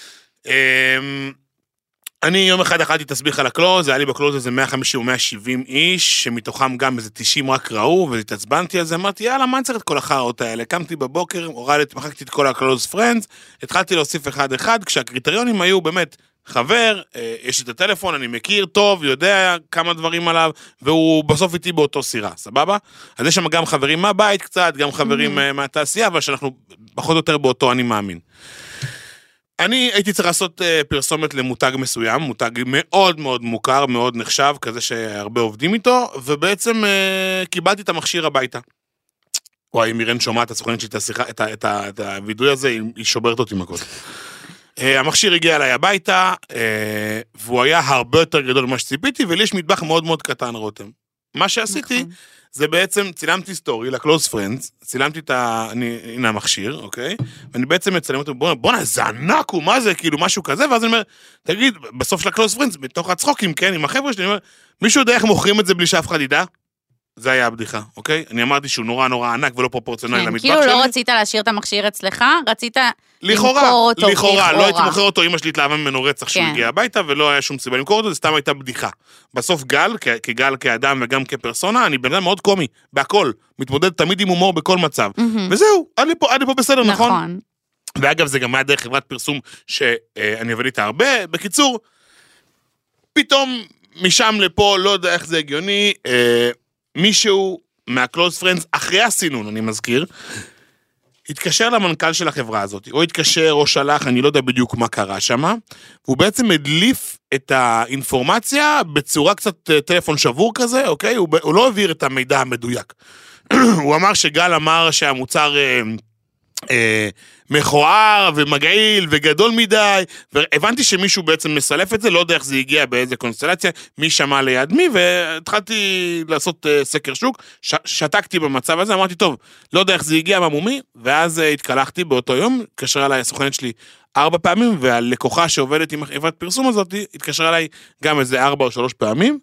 [SPEAKER 2] אני יום אחד אכלתי תסביך על הקלוז, זה היה לי בקלוז איזה 150 או 170 איש, שמתוכם גם איזה 90 רק ראו, והתעצבנתי על זה, אמרתי, יאללה, מה אני צריך את כל החרות האלה? קמתי בבוקר, הורדתי, מחקתי את כל הקלוז פרנדס, התחלתי להוסיף אחד, כשהקריטריונים היו באמת חבר, יש את הטלפון, אני מכיר טוב, יודע כמה דברים עליו, והוא בסוף איתי באותו סירה, סבבה? אז יש שם גם חברים מהבית קצת, גם חברים מהתעשייה, אבל שאנחנו פחות או יותר באותו אני מאמין. אני הייתי צריך לעשות פרסומת למותג מסוים, מותג מאוד מאוד מוכר, מאוד נחשב, כזה שהרבה עובדים איתו, ובעצם קיבלתי את המכשיר הביתה. וואי, מירן שומעת, הסוכנת שלי את הווידוי הזה, היא שוברת אותי מכות. המכשיר הגיע אליי הביתה, והוא היה הרבה יותר גדול ממה שציפיתי, ולי יש מטבח מאוד מאוד קטן, רותם. מה שעשיתי, זה בעצם, צילמתי סטורי ל-Close Friends, צילמתי הנה המכשיר, אוקיי? ואני בעצם מצלם אותו, בוא'נה, זה ענק, מה זה, כאילו, משהו כזה, ואז אני אומר, תגיד, בסוף של ה-Close Friends, בתוך הצחוקים, כן, עם החבר'ה שלי, אני אומר, מישהו יודע איך מוכרים את זה בלי שאף אחד ידע? זה היה הבדיחה, אוקיי? אני אמרתי שהוא נורא נורא ענק ולא פרופורציונלי למטבח שלי.
[SPEAKER 3] כאילו לא רצית להשאיר את המכשיר אצלך, רצית למכור אותו.
[SPEAKER 2] לכאורה, לא הייתי מוכר אותו, אמא שלי התלהבה ממנו רצח שהוא הגיע הביתה, ולא היה שום סיבה למכור אותו, זה סתם הייתה בדיחה. בסוף גל, כגל כאדם וגם כפרסונה, אני בן אדם מאוד קומי, בהכל, מתמודד תמיד עם הומור בכל מצב. וזהו, עד לפה בסדר, נכון? ואגב, זה גם היה דרך חברת פרסום שאני עובד איתה הרבה. בקיצור, פתאום משם לפה, לא יודע איך זה הגיוני, מישהו מה-Close Friends, אחרי הסינון, אני מזכיר, התקשר למנכ"ל של החברה הזאת, או התקשר או שלח, אני לא יודע בדיוק מה קרה שם, והוא בעצם הדליף את האינפורמציה בצורה קצת טלפון שבור כזה, אוקיי? הוא לא העביר את המידע המדויק. הוא אמר שגל אמר שהמוצר מכוער ומגעיל וגדול מדי, והבנתי שמישהו בעצם מסלף את זה, לא יודע איך זה הגיע באיזה קונסטלציה, מי שמע ליד מי, והתחלתי לעשות סקר שוק, שתקתי במצב הזה, אמרתי, טוב, לא יודע איך זה הגיע מהמומי, ואז התקלחתי באותו יום, התקשרה אליי הסוכנת שלי 4 פעמים, והלקוחה שעובדת עם חברת פרסום הזאת, התקשרה אליי גם איזה 4 או 3 פעמים,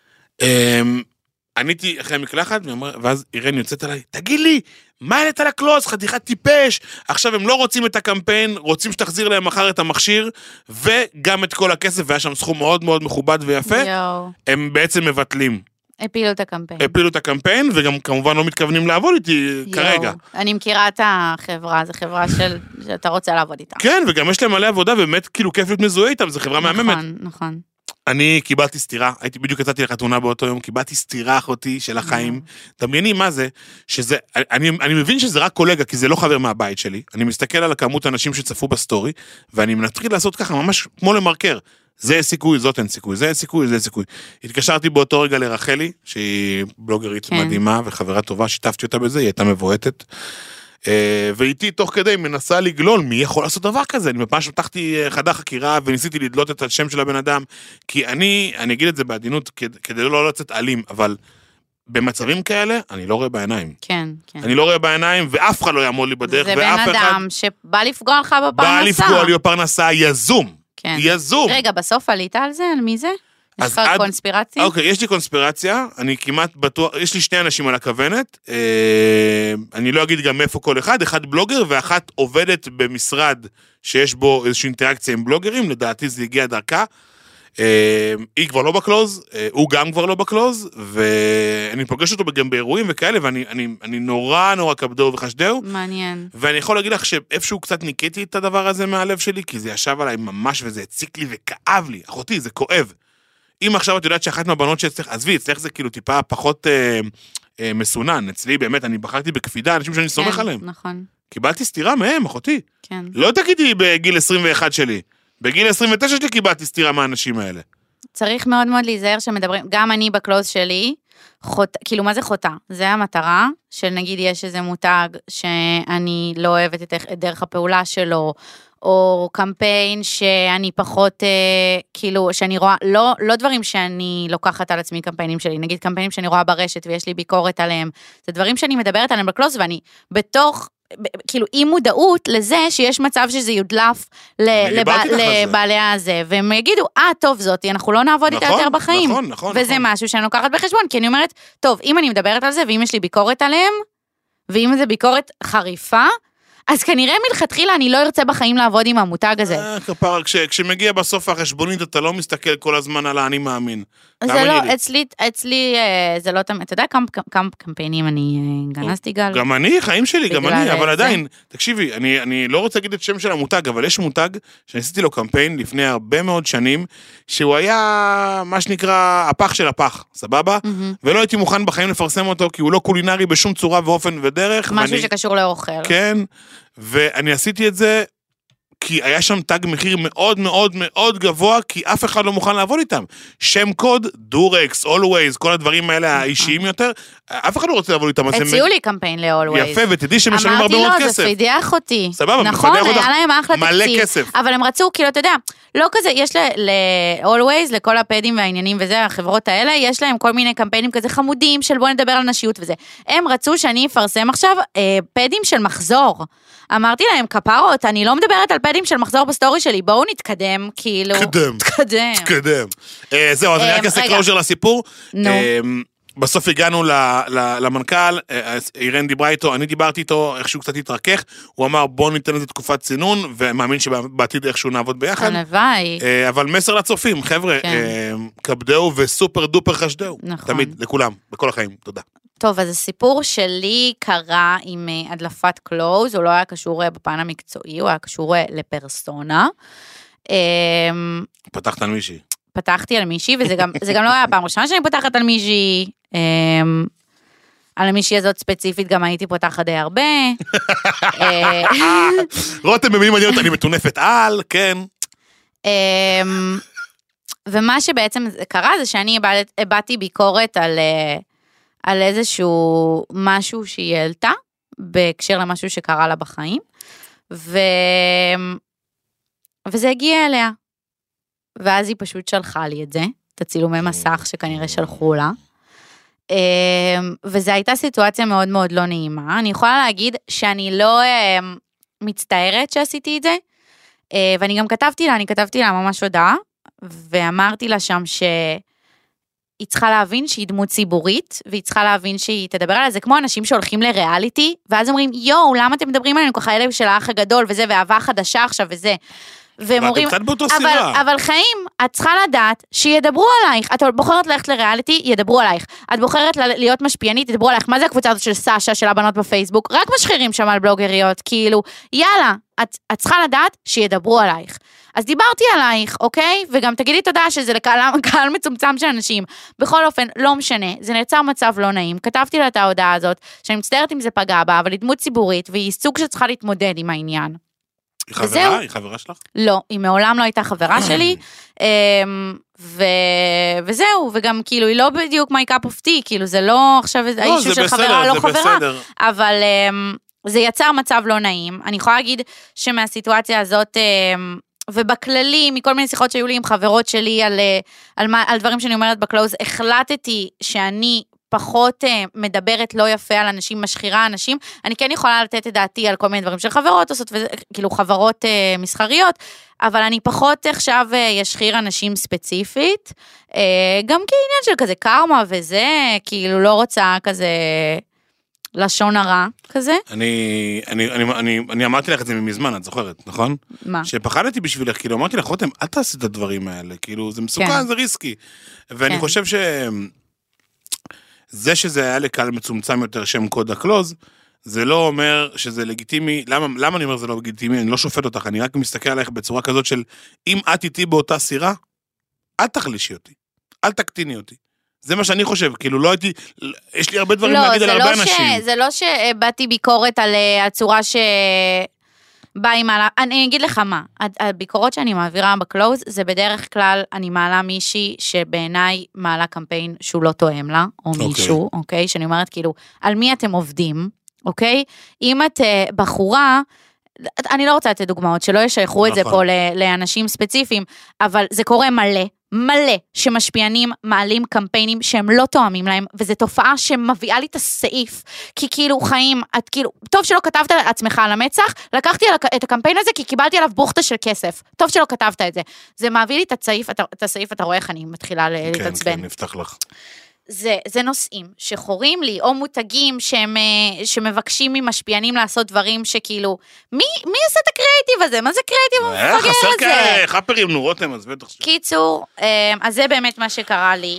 [SPEAKER 2] עניתי אחרי מקלחת, ואז אירן יוצאת עליי, תגיד לי, מה העלית על הקלוס? חתיכת טיפש, עכשיו הם לא רוצים את הקמפיין, רוצים שתחזיר להם מחר את המכשיר, וגם את כל הכסף, והיה שם סכום מאוד מאוד מכובד ויפה, הם בעצם מבטלים. הפילו את הקמפיין, וגם כמובן לא מתכוונים לעבוד איתי כרגע.
[SPEAKER 3] אני מכירה את החברה, זו חברה שאתה רוצה לעבוד איתה.
[SPEAKER 2] כן, וגם יש להם מלא עבודה, ובאמת כאילו כיף להיות מזוהה איתם, זו חברה מהממת.
[SPEAKER 3] נכון.
[SPEAKER 2] אני קיבלתי סתירה, בדיוק יצאתי לחתונה באותו יום, קיבלתי סתירה אחותי של החיים, דמייני מה זה, שזה, אני מבין שזה רק קולגה, כי זה לא חבר מהבית שלי, אני מסתכל על הכמות האנשים שצפו בסטורי, ואני מנתחיל לעשות ככה, ממש כמו למרקר, זה סיכוי, זאת אין סיכוי, זה סיכוי, זה סיכוי. התקשרתי באותו רגע לרחלי, שהיא בלוגרית מדהימה וחברה טובה, שיתפתי אותה בזה, היא הייתה מבועטת, ואיתי תוך כדי מנסה לגלול מי יכול לעשות דבר כזה. אני ממש פתחתי חדר חקירה וניסיתי לדלות את השם של הבן אדם, כי אני אגיד את זה בעדינות כדי לא לצאת אלים, אבל במצבים כאלה אני לא רואה בעיניים.
[SPEAKER 3] כן.
[SPEAKER 2] אני לא רואה בעיניים ואף אחד לא יעמוד לי בדרך.
[SPEAKER 3] זה בן אדם שבא לפגוע לך בפרנסה.
[SPEAKER 2] בא לפגוע לי בפרנסה יזום. יזום.
[SPEAKER 3] רגע, בסוף עלית על זה? על מי זה? יש לך קונספירציה?
[SPEAKER 2] אוקיי, יש לי קונספירציה, אני כמעט בטוח, יש לי 2 אנשים על הכוונת, אני לא אגיד גם איפה כל אחד בלוגר ואחת עובדת במשרד שיש בו איזושהי אינטראקציה עם בלוגרים, לדעתי זה הגיע דרכה, היא כבר לא בקלוז, הוא גם כבר לא בקלוז, ואני פוגש אותו גם באירועים וכאלה, ואני נורא נורא כבדו וחשדהו.
[SPEAKER 3] מעניין.
[SPEAKER 2] ואני יכול להגיד לך שאיפשהו קצת ניקיתי את הדבר הזה מהלב שלי, כי זה ישב עליי ממש וזה הציק לי וכאב לי, אחותי, זה כואב. אם עכשיו את יודעת שאחת מהבנות שאצלך, עזבי, אצלך זה כאילו טיפה פחות מסונן, אצלי באמת, אני בחרתי בקפידה, אנשים שאני סומך עליהם.
[SPEAKER 3] נכון.
[SPEAKER 2] קיבלתי סתירה מהם, אחותי.
[SPEAKER 3] כן.
[SPEAKER 2] לא תגידי בגיל 21 שלי. בגיל 29 שלי קיבלתי סתירה מהאנשים האלה.
[SPEAKER 3] צריך מאוד מאוד להיזהר שמדברים, גם אני בקלוז שלי, כאילו מה זה חוטא? זה המטרה, של נגיד יש איזה מותג שאני לא אוהבת את דרך הפעולה שלו, או קמפיין שאני פחות, כאילו, שאני רואה, לא דברים שאני לוקחת על עצמי קמפיינים שלי, נגיד קמפיינים שאני רואה ברשת ויש לי ביקורת עליהם, זה דברים שאני מדברת עליהם בקלוז, ואני בתוך, כאילו, עם מודעות לזה שיש מצב שזה יודלף לבעלי הזה, והם יגידו, טוב זאתי, אנחנו לא נעבוד איתה יותר בחיים.
[SPEAKER 2] נכון.
[SPEAKER 3] וזה משהו שאני לוקחת בחשבון, כי אני אומרת, טוב, אם אני מדברת על זה, ואם יש לי ביקורת עליהם, ואם זה ביקורת חריפה, אז כנראה מלכתחילה אני לא ארצה בחיים לעבוד עם המותג הזה.
[SPEAKER 2] כפרה, כשמגיע בסוף החשבונית, אתה לא מסתכל כל הזמן על האני מאמין.
[SPEAKER 3] זה לא, אצלי, זה לא, אתה יודע כמה קמפיינים אני גנזתי גל?
[SPEAKER 2] גם אני, חיים שלי, גם אני, אבל עדיין, תקשיבי, אני לא רוצה להגיד את שם של המותג, אבל יש מותג שעשיתי לו קמפיין לפני הרבה מאוד שנים, שהוא היה, מה שנקרא, הפח של הפח, סבבה? ולא הייתי מוכן בחיים לפרסם אותו, כי הוא לא קולינרי בשום צורה ואופן ודרך.
[SPEAKER 3] משהו שקשור לאוכל.
[SPEAKER 2] כן, ואני עשיתי את זה כי היה שם תג מחיר מאוד מאוד מאוד גבוה, כי אף אחד לא מוכן לעבוד איתם. שם קוד, דורקס, אולווייז, כל הדברים האלה האישיים יותר, אף אחד לא רוצה לעבוד איתם.
[SPEAKER 3] הציעו לי קמפיין לאולווייז.
[SPEAKER 2] יפה, ותדעי שמשלמים הרבה מאוד כסף.
[SPEAKER 3] אמרתי לו, זה פידח אותי.
[SPEAKER 2] סבבה,
[SPEAKER 3] נכון, היה להם אחלה
[SPEAKER 2] מלא
[SPEAKER 3] תקציב.
[SPEAKER 2] כסף.
[SPEAKER 3] אבל הם רצו, כאילו, אתה יודע, לא כזה, יש ל-Always, לכל הפדים והעניינים וזה, החברות האלה, יש להם כל מיני קמפיינים כזה חמודים של בוא נדבר על נשיות וזה. הם רצו שאני אפרסם עכשיו פדים של מחזור. אמרתי להם, כפרות, אני לא מדברת על פדים של מחזור בסטורי שלי, בואו נתקדם, כאילו.
[SPEAKER 2] תקדם. זהו, אז אני רק אעשה קלוז'ר לסיפור. בסוף הגענו למנכ"ל, אירן דיברה איתו, אני דיברתי איתו, איכשהו קצת התרכך, הוא אמר בוא ניתן לזה תקופת צינון, ומאמין שבעתיד איכשהו נעבוד ביחד.
[SPEAKER 3] הלוואי.
[SPEAKER 2] אבל מסר לצופים, חבר'ה, כבדהו וסופר דופר חשדהו. תמיד, לכולם, בכל החיים, תודה.
[SPEAKER 3] טוב, אז הסיפור שלי קרה עם הדלפת קלוז, הוא לא היה קשור בפן המקצועי, הוא היה קשור לפרסונה.
[SPEAKER 2] פתחת על מישהי. פתחתי
[SPEAKER 3] על מישהי, וזה גם לא היה הפעם ראשונה שאני פותחת על מישהי, על המישהי הזאת ספציפית גם הייתי פותחת די הרבה.
[SPEAKER 2] רותם במילים מעניינות, אני מטונפת על, כן.
[SPEAKER 3] ומה שבעצם קרה זה שאני הבאתי ביקורת על איזשהו משהו שהיא העלתה, בהקשר למשהו שקרה לה בחיים, וזה הגיע אליה. ואז היא פשוט שלחה לי את זה, את הצילומי מסך שכנראה שלחו לה, וזו הייתה סיטואציה מאוד מאוד לא נעימה. אני יכולה להגיד שאני לא מצטערת שעשיתי את זה, ואני גם כתבתי לה ממש הודעה, ואמרתי לה שם שהיא צריכה להבין שהיא דמות ציבורית, והיא צריכה להבין שהיא תדבר עליה, זה כמו אנשים שהולכים לריאליטי, ואז אומרים, יואו, למה אתם מדברים עלינו ככה אלה של האח הגדול, וזה, ואהבה חדשה עכשיו, וזה.
[SPEAKER 2] ואתם קצת באותו סירה.
[SPEAKER 3] אבל חיים, את צריכה לדעת שידברו עלייך. את בוחרת ללכת לריאליטי, ידברו עלייך. את בוחרת להיות משפיענית, ידברו עלייך. מה זה הקבוצה הזאת של סשה, של הבנות בפייסבוק? רק משחירים שם על בלוגריות, כאילו, יאללה, את צריכה לדעת שידברו עלייך. אז דיברתי עלייך, אוקיי? וגם תגידי תודה שזה לקהל מצומצם של אנשים. בכל אופן, לא משנה, זה נעצר מצב לא נעים. כתבתי לה את ההודעה הזאת, שאני מצטערת אם זה פגע בה, אבל היא דמות ציבורית, והיא סוג שצריכה להתמודד עם העניין.
[SPEAKER 2] היא חברה? היא חברה שלך?
[SPEAKER 3] לא, היא מעולם לא הייתה חברה שלי, וזהו, וגם כאילו היא לא בדיוק my cup of tea, כאילו זה לא עכשיו האישו של חברה לא חברה, אבל זה יצר מצב לא נעים. אני יכולה להגיד שמהסיטואציה הזאת, ובכללי, מכל מיני שיחות שהיו לי עם חברות שלי על דברים שאני אומרת בקלוז, החלטתי שאני פחות מדברת לא יפה על אנשים, משחירה אנשים, אני כן יכולה לתת את דעתי על כל מיני דברים של חברות עושות, כאילו חברות מסחריות, אבל אני פחות עכשיו ישחיר אנשים ספציפית, גם כעניין של כזה קרמה וזה, כאילו לא רוצה כזה לשון הרע כזה.
[SPEAKER 2] אני אמרתי לך את זה מזמן, את זוכרת, נכון?
[SPEAKER 3] מה?
[SPEAKER 2] שפחדתי בשבילך, כאילו אמרתי לך, רותם, אל תעשי את הדברים האלה, כאילו זה מסוכן, זה ריסקי, ואני חושב זה שזה היה לקהל מצומצם יותר שם קוד הקלוז, זה לא אומר שזה לגיטימי. למה אני אומר זה לא לגיטימי? אני לא שופט אותך, אני רק מסתכל עליך בצורה כזאת של, אם את איתי באותה סירה, אל תחלישי אותי, אל תקטיני אותי. זה מה שאני חושב, כאילו לא הייתי, יש לי הרבה דברים להגיד על הרבה אנשים.
[SPEAKER 3] זה לא שבאתי ביקורת על הצורה אני אגיד לך מה, הביקורות שאני מעבירה בקלוז, זה בדרך כלל, אני מעלה מישהי שבעיניי מעלה קמפיין שהוא לא תואם לה, או מישהו, אוקיי? שאני אומרת כאילו, על מי אתם עובדים, אוקיי? אם את בחורה, אני לא רוצה לתת דוגמאות, שלא ישייכו את זה פה לאנשים ספציפיים, אבל זה קורה מלא שמשפיענים מעלים קמפיינים שהם לא תואמים להם, וזו תופעה שמביאה לי את הסעיף, כי כאילו חיים, את כאילו, טוב שלא כתבת עצמך על המצח, לקחתי את הקמפיין הזה כי קיבלתי עליו בוכתה של כסף, טוב שלא כתבת את זה, זה מביא לי את הסעיף, אתה רואה איך אני מתחילה להתעצבן.
[SPEAKER 2] כן, נפתח לך.
[SPEAKER 3] זה נושאים שחורים לי, או מותגים שמבקשים ממשפיענים לעשות דברים שכאילו, מי עושה את הקריאיטיב הזה? מה זה קריאיטיב המפגר הזה?
[SPEAKER 2] חסר כאלה, חפרים נורותם, אז בטח.
[SPEAKER 3] קיצור, אז זה באמת מה שקרה לי.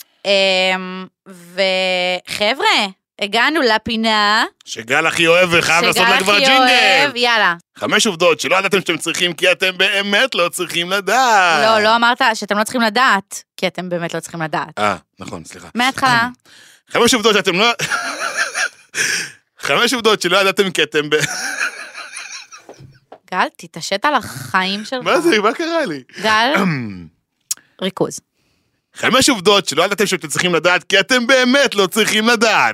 [SPEAKER 3] וחבר'ה, הגענו לפינה.
[SPEAKER 2] שגל הכי אוהב וחייב לעשות לה כבר ג'ינגל.
[SPEAKER 3] יאללה.
[SPEAKER 2] 5 עובדות שלא ידעתם שאתם צריכים, כי אתם באמת לא צריכים לדעת.
[SPEAKER 3] לא אמרת שאתם לא צריכים לדעת, כי אתם באמת לא צריכים לדעת.
[SPEAKER 2] נכון, סליחה.
[SPEAKER 3] מההתחלה.
[SPEAKER 2] 5 עובדות שאתם לא... 5 עובדות שלא ידעתם כי אתם
[SPEAKER 3] גל, תתעשת על החיים שלך.
[SPEAKER 2] מה זה? מה קרה לי?
[SPEAKER 3] גל, ריכוז.
[SPEAKER 2] 5 עובדות שלא ידעתם שאתם צריכים לדעת, כי אתם באמת לא צריכים לדעת.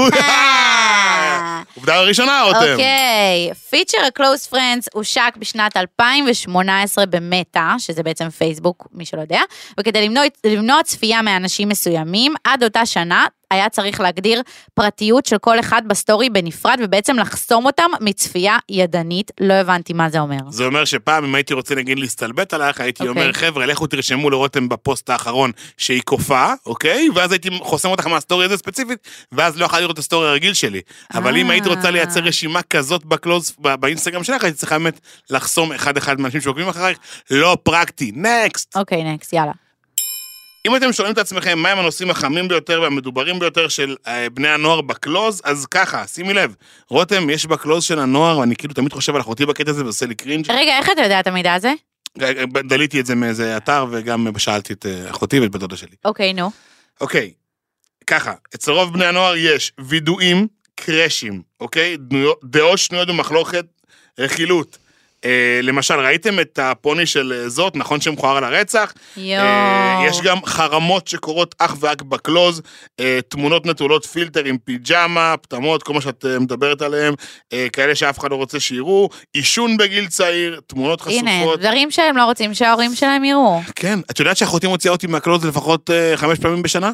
[SPEAKER 2] עובדה הראשונה, רותם.
[SPEAKER 3] אוקיי, פיצ'ר ה-Close Friends הושק בשנת 2018 במטה, שזה בעצם פייסבוק, מי שלא יודע, וכדי למנוע צפייה מאנשים מסוימים, עד אותה שנה היה צריך להגדיר פרטיות של כל אחד בסטורי בנפרד, ובעצם לחסום אותם מצפייה ידנית. לא הבנתי מה זה אומר.
[SPEAKER 2] זה אומר שפעם, אם הייתי רוצה נגיד להסתלבט עליך, הייתי אומר, חבר'ה, לכו תרשמו לרותם בפוסט האחרון שהיא קופה, אוקיי? ואז הייתי חוסם אותך מהסטורי הזה ספציפית, ואז לא יכולה לראות את הסטורי הרגיל שלי. אבל אם הייתי רוצה לייצר רשימה כזאת באינסטגרם שלך, הייתי צריכה באמת לחסום אחד מהאנשים שעוקבים אחריך. לא פרקטי. נקסט.
[SPEAKER 3] אוקיי, נקסט, יאללה.
[SPEAKER 2] אם אתם שואלים את עצמכם מהם הנושאים החמים ביותר והמדוברים ביותר של בני הנוער בקלוז, אז ככה, שימי לב, רותם, יש בקלוז של הנוער, ואני כאילו תמיד חושב על אחותי בקטע הזה ועושה לי קרינג'.
[SPEAKER 3] רגע, איך אתה יודע את המידע הזה?
[SPEAKER 2] דליתי את זה מאיזה אתר, וגם שאלתי את אחותי ואת בדודה שלי.
[SPEAKER 3] אוקיי, נו.
[SPEAKER 2] אוקיי, ככה, אצל רוב בני הנוער יש וידועים, קרשים, אוקיי? דעות שנויות במחלוקת, רכילות. למשל, ראיתם את הפוני של זאת, נכון שמכוער על הרצח? יש גם חרמות שקורות אך ורק בקלוז, תמונות נטולות פילטר עם פיג'מה, פתמות, כל מה שאת מדברת עליהם, כאלה שאף אחד לא רוצה שיראו, עישון בגיל צעיר, תמונות חשופות.
[SPEAKER 3] הנה, דברים שהם לא רוצים שההורים שלהם יראו.
[SPEAKER 2] כן, את יודעת שאחותי מוציאה אותי מהקלוז לפחות 5 פעמים בשנה?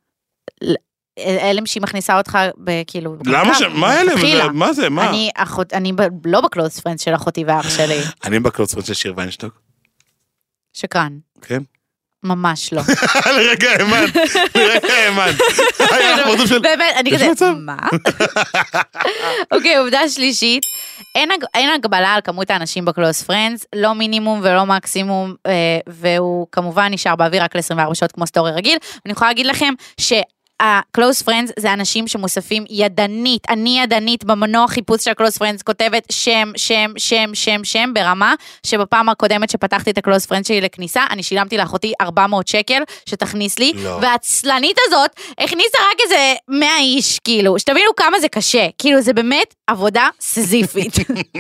[SPEAKER 3] אלם שהיא מכניסה אותך כאילו...
[SPEAKER 2] למה מה אלם? מה זה? מה?
[SPEAKER 3] אני לא בקלוס פרנדס של אחותי ואח שלי.
[SPEAKER 2] אני בקלוס פרנדס של שיר ויינשטוק.
[SPEAKER 3] שקרן.
[SPEAKER 2] כן.
[SPEAKER 3] ממש לא.
[SPEAKER 2] לרגע האמן.
[SPEAKER 3] באמת, אני כזה, מה? אוקיי, עובדה שלישית, אין הגבלה על כמות האנשים בקלוס פרנדס, לא מינימום ולא מקסימום, והוא כמובן נשאר באוויר רק ל-24 שעות כמו סטורי רגיל, ואני יכולה להגיד לכם ה-Close Friends זה אנשים שמוספים ידנית, אני ידנית במנוע חיפוש של ה-Close Friends כותבת שם ברמה שבפעם הקודמת שפתחתי את ה-Close Friends שלי לכניסה, אני שילמתי לאחותי 400 שקל שתכניס לי, והצלנית הזאת הכניסה רק איזה 100 איש, כאילו, שתבינו כמה זה קשה, כאילו זה באמת עבודה סזיפית.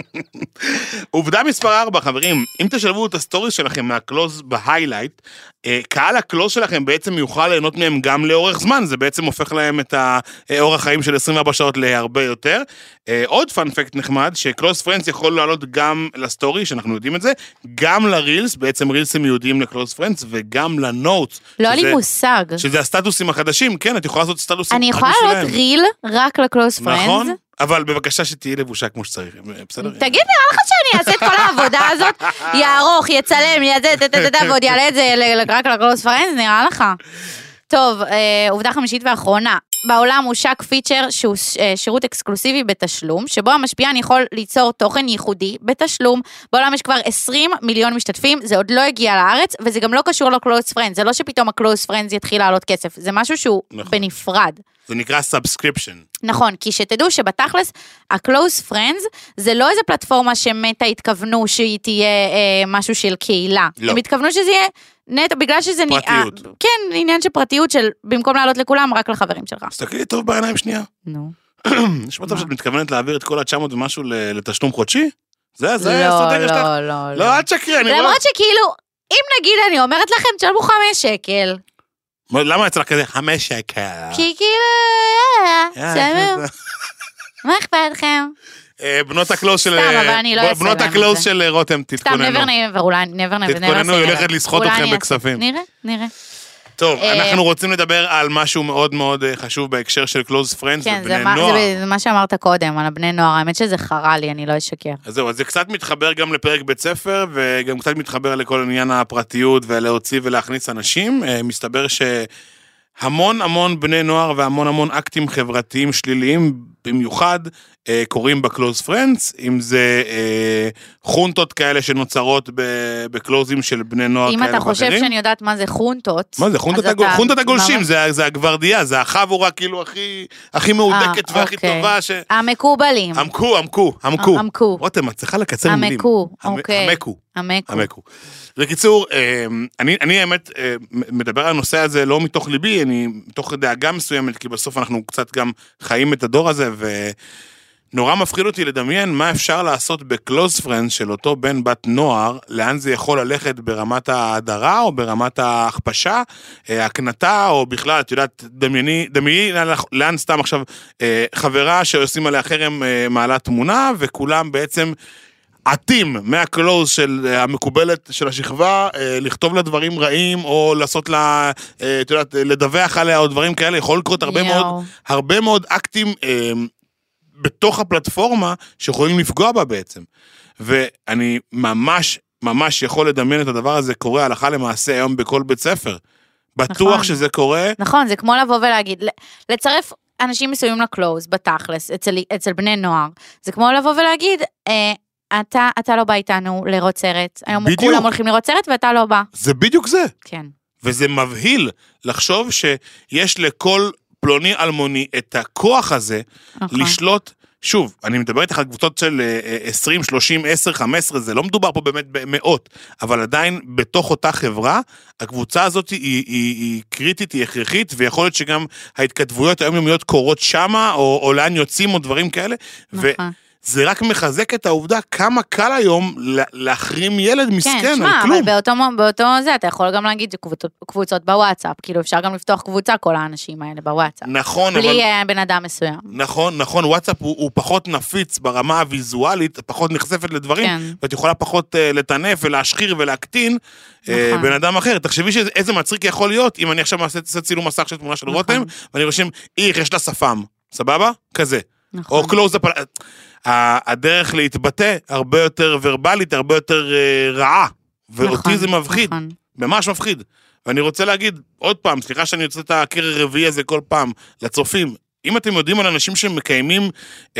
[SPEAKER 2] עובדה מספר 4, חברים, אם תשלבו את הסטורי שלכם מה-Close בהיילייט, קהל הקלוז שלכם בעצם יוכל ליהנות מהם גם לאורך זמן, זה בעצם הופך להם את האורח חיים של 24 שעות להרבה יותר. עוד פאנפקט נחמד, שקלוז פרנדס יכול לעלות גם לסטורי, שאנחנו יודעים את זה, גם לרילס, בעצם רילסים יהודיים לקלוז פרנדס, וגם לנוטס.
[SPEAKER 3] לא לי מושג.
[SPEAKER 2] שזה הסטטוסים החדשים, כן, את יכולה לעשות סטטוסים.
[SPEAKER 3] אני יכולה לעלות ריל רק לקלוז פרנדס.
[SPEAKER 2] נכון, אבל בבקשה שתהיי לבושה כמו שצריך, בסדר?
[SPEAKER 3] תגיד, נראה לך שאני אעשה את כל העבודה הזאת, יערוך, יצלם, ועוד יעלה את זה רק לקלוז פרנדס, נראה לך. טוב, עובדה חמישית ואחרונה. בעולם הושק פיצ'ר שהוא שירות אקסקלוסיבי בתשלום, שבו המשפיען יכול ליצור תוכן ייחודי בתשלום. בעולם יש כבר 20 מיליון משתתפים, זה עוד לא הגיע לארץ, וזה גם לא קשור ל-Close Friends, זה לא שפתאום ה-Close Friends יתחיל לעלות כסף, זה משהו שהוא בנפרד.
[SPEAKER 2] זה נקרא סאבסקריפשן.
[SPEAKER 3] נכון, כי שתדעו שבתכלס, ה-Close Friends זה לא איזה פלטפורמה שמטה התכוונו שהיא תהיה משהו של קהילה. לא. הם התכוונו שזה יהיה נטו, בגלל שזה...
[SPEAKER 2] פרטיות.
[SPEAKER 3] כן, עניין של פרטיות של, במקום לעלות לכולם, רק לחברים שלך.
[SPEAKER 2] תסתכלי טוב בעיניים שנייה.
[SPEAKER 3] נו.
[SPEAKER 2] יש מצב שאת מתכוונת להעביר את כל ה-900 ומשהו לתשלום חודשי? זה
[SPEAKER 3] האסטרטגיה שלך? לא.
[SPEAKER 2] לא, אל תשקרי, אני רואה...
[SPEAKER 3] למרות שכאילו, אם נגיד אני אומרת לכם, תשלמו 5 שקל.
[SPEAKER 2] למה אצלך כזה 5 שקל?
[SPEAKER 3] כי כאילו, מה אכפת לכם?
[SPEAKER 2] בנות הקלוס של...
[SPEAKER 3] סתם, אבל אני לא אעשה
[SPEAKER 2] בנות הקלוס של רותם, תתכוננו.
[SPEAKER 3] סתם, נבר, אולי נבר.
[SPEAKER 2] תתכוננו, היא הולכת לסחוט אתכם בכספים.
[SPEAKER 3] נראה.
[SPEAKER 2] טוב, אנחנו רוצים לדבר על משהו מאוד מאוד חשוב בהקשר של קלוז פרנדס ובני נוער.
[SPEAKER 3] זה מה שאמרת קודם, על הבני נוער, האמת שזה חרה לי, אני לא אשקר.
[SPEAKER 2] אז זהו, אז זה קצת מתחבר גם לפרק בית ספר, וגם קצת מתחבר לכל עניין הפרטיות, ולהוציא ולהכניס אנשים. מסתבר שהמון בני נוער והמון אקטים חברתיים שליליים, במיוחד קוראים בקלוז פרנדס, אם זה חונטות כאלה שנוצרות בקלוזים של בני נוער כאלה ואחרים.
[SPEAKER 3] אם אתה חושב שאני יודעת מה זה חונטות,
[SPEAKER 2] מה זה? חונטות הגולשים, זה הגוורדיה, זה החבורה כאילו הכי מהודקת והכי טובה.
[SPEAKER 3] המקובלים.
[SPEAKER 2] עמקו. רותם, את צריכה לקצר מילים. עמקו. בקיצור, אני האמת מדבר על הנושא הזה לא מתוך ליבי, אני מתוך דאגה מסוימת, כי בסוף אנחנו קצת גם חיים את הדור הזה, נורא מפחיד אותי לדמיין מה אפשר לעשות בקלוז פרנדס של אותו בן בת נוער, לאן זה יכול ללכת ברמת ההדרה, או ברמת ההכפשה, הקנתה, או בכלל, את יודעת, דמייני לאן סתם עכשיו חברה שעושים עליה חרם מעלה תמונה, וכולם בעצם עתים מהקלוז של המקובלת של השכבה, לכתוב לה דברים רעים, או לעשות לה, את יודעת, לדווח עליה, או דברים כאלה, יכול לקרות הרבה מאוד אקטים בתוך הפלטפורמה שיכולים לפגוע בה בעצם. ואני ממש יכול לדמיין את הדבר הזה קורה הלכה למעשה היום בכל בית ספר. בטוח שזה קורה.
[SPEAKER 3] נכון, זה כמו לבוא ולהגיד, לצרף אנשים מסוימים לקלוז, בתכלס, אצל בני נוער. זה כמו לבוא ולהגיד, אתה לא בא איתנו לראות סרט. היום כולם הולכים לראות סרט ואתה לא בא.
[SPEAKER 2] זה בדיוק זה.
[SPEAKER 3] כן.
[SPEAKER 2] וזה מבהיל לחשוב שיש לכל פלוני אלמוני את הכוח הזה לשלוט, שוב, אני מדבר איתך על קבוצות של 20, 30, 10, 15, זה לא מדובר פה באמת במאות, אבל עדיין בתוך אותה חברה, הקבוצה הזאת היא קריטית, היא הכרחית, ויכול להיות שגם ההתכתבויות היומיומיות קורות שמה, או לאן יוצאים או דברים כאלה, זה רק מחזק את העובדה כמה קל היום להחרים ילד מסכן על כלום.
[SPEAKER 3] כן, אבל באותו זה, אתה יכול גם להגיד קבוצות בוואטסאפ, כאילו אפשר גם לפתוח קבוצה כל האנשים האלה בוואטסאפ.
[SPEAKER 2] נכון,
[SPEAKER 3] בלי בן אדם מסוים.
[SPEAKER 2] נכון, וואטסאפ הוא פחות נפיץ ברמה הוויזואלית, פחות נחשפת לדברים, ואת יכולה פחות לטנף ולהשחיר ולהקטין בן אדם אחר. תחשבי שאיזה מצחיק יכול להיות, אם אני עכשיו עושה צילום מסך של תמונה של רותם, ואני רושם, יש לה שפם, סבבה? כזה. או קלוז-אפ, הדרך להתבטא הרבה יותר ורבלית, הרבה יותר רעה, ואותי זה מבחיד, ממש מפחיד. ואני רוצה להגיד עוד פעם, סליחה שאני יוצא את הקרע הרביעי הזה כל פעם לצופים, אם אתם יודעים על אנשים שמקיימים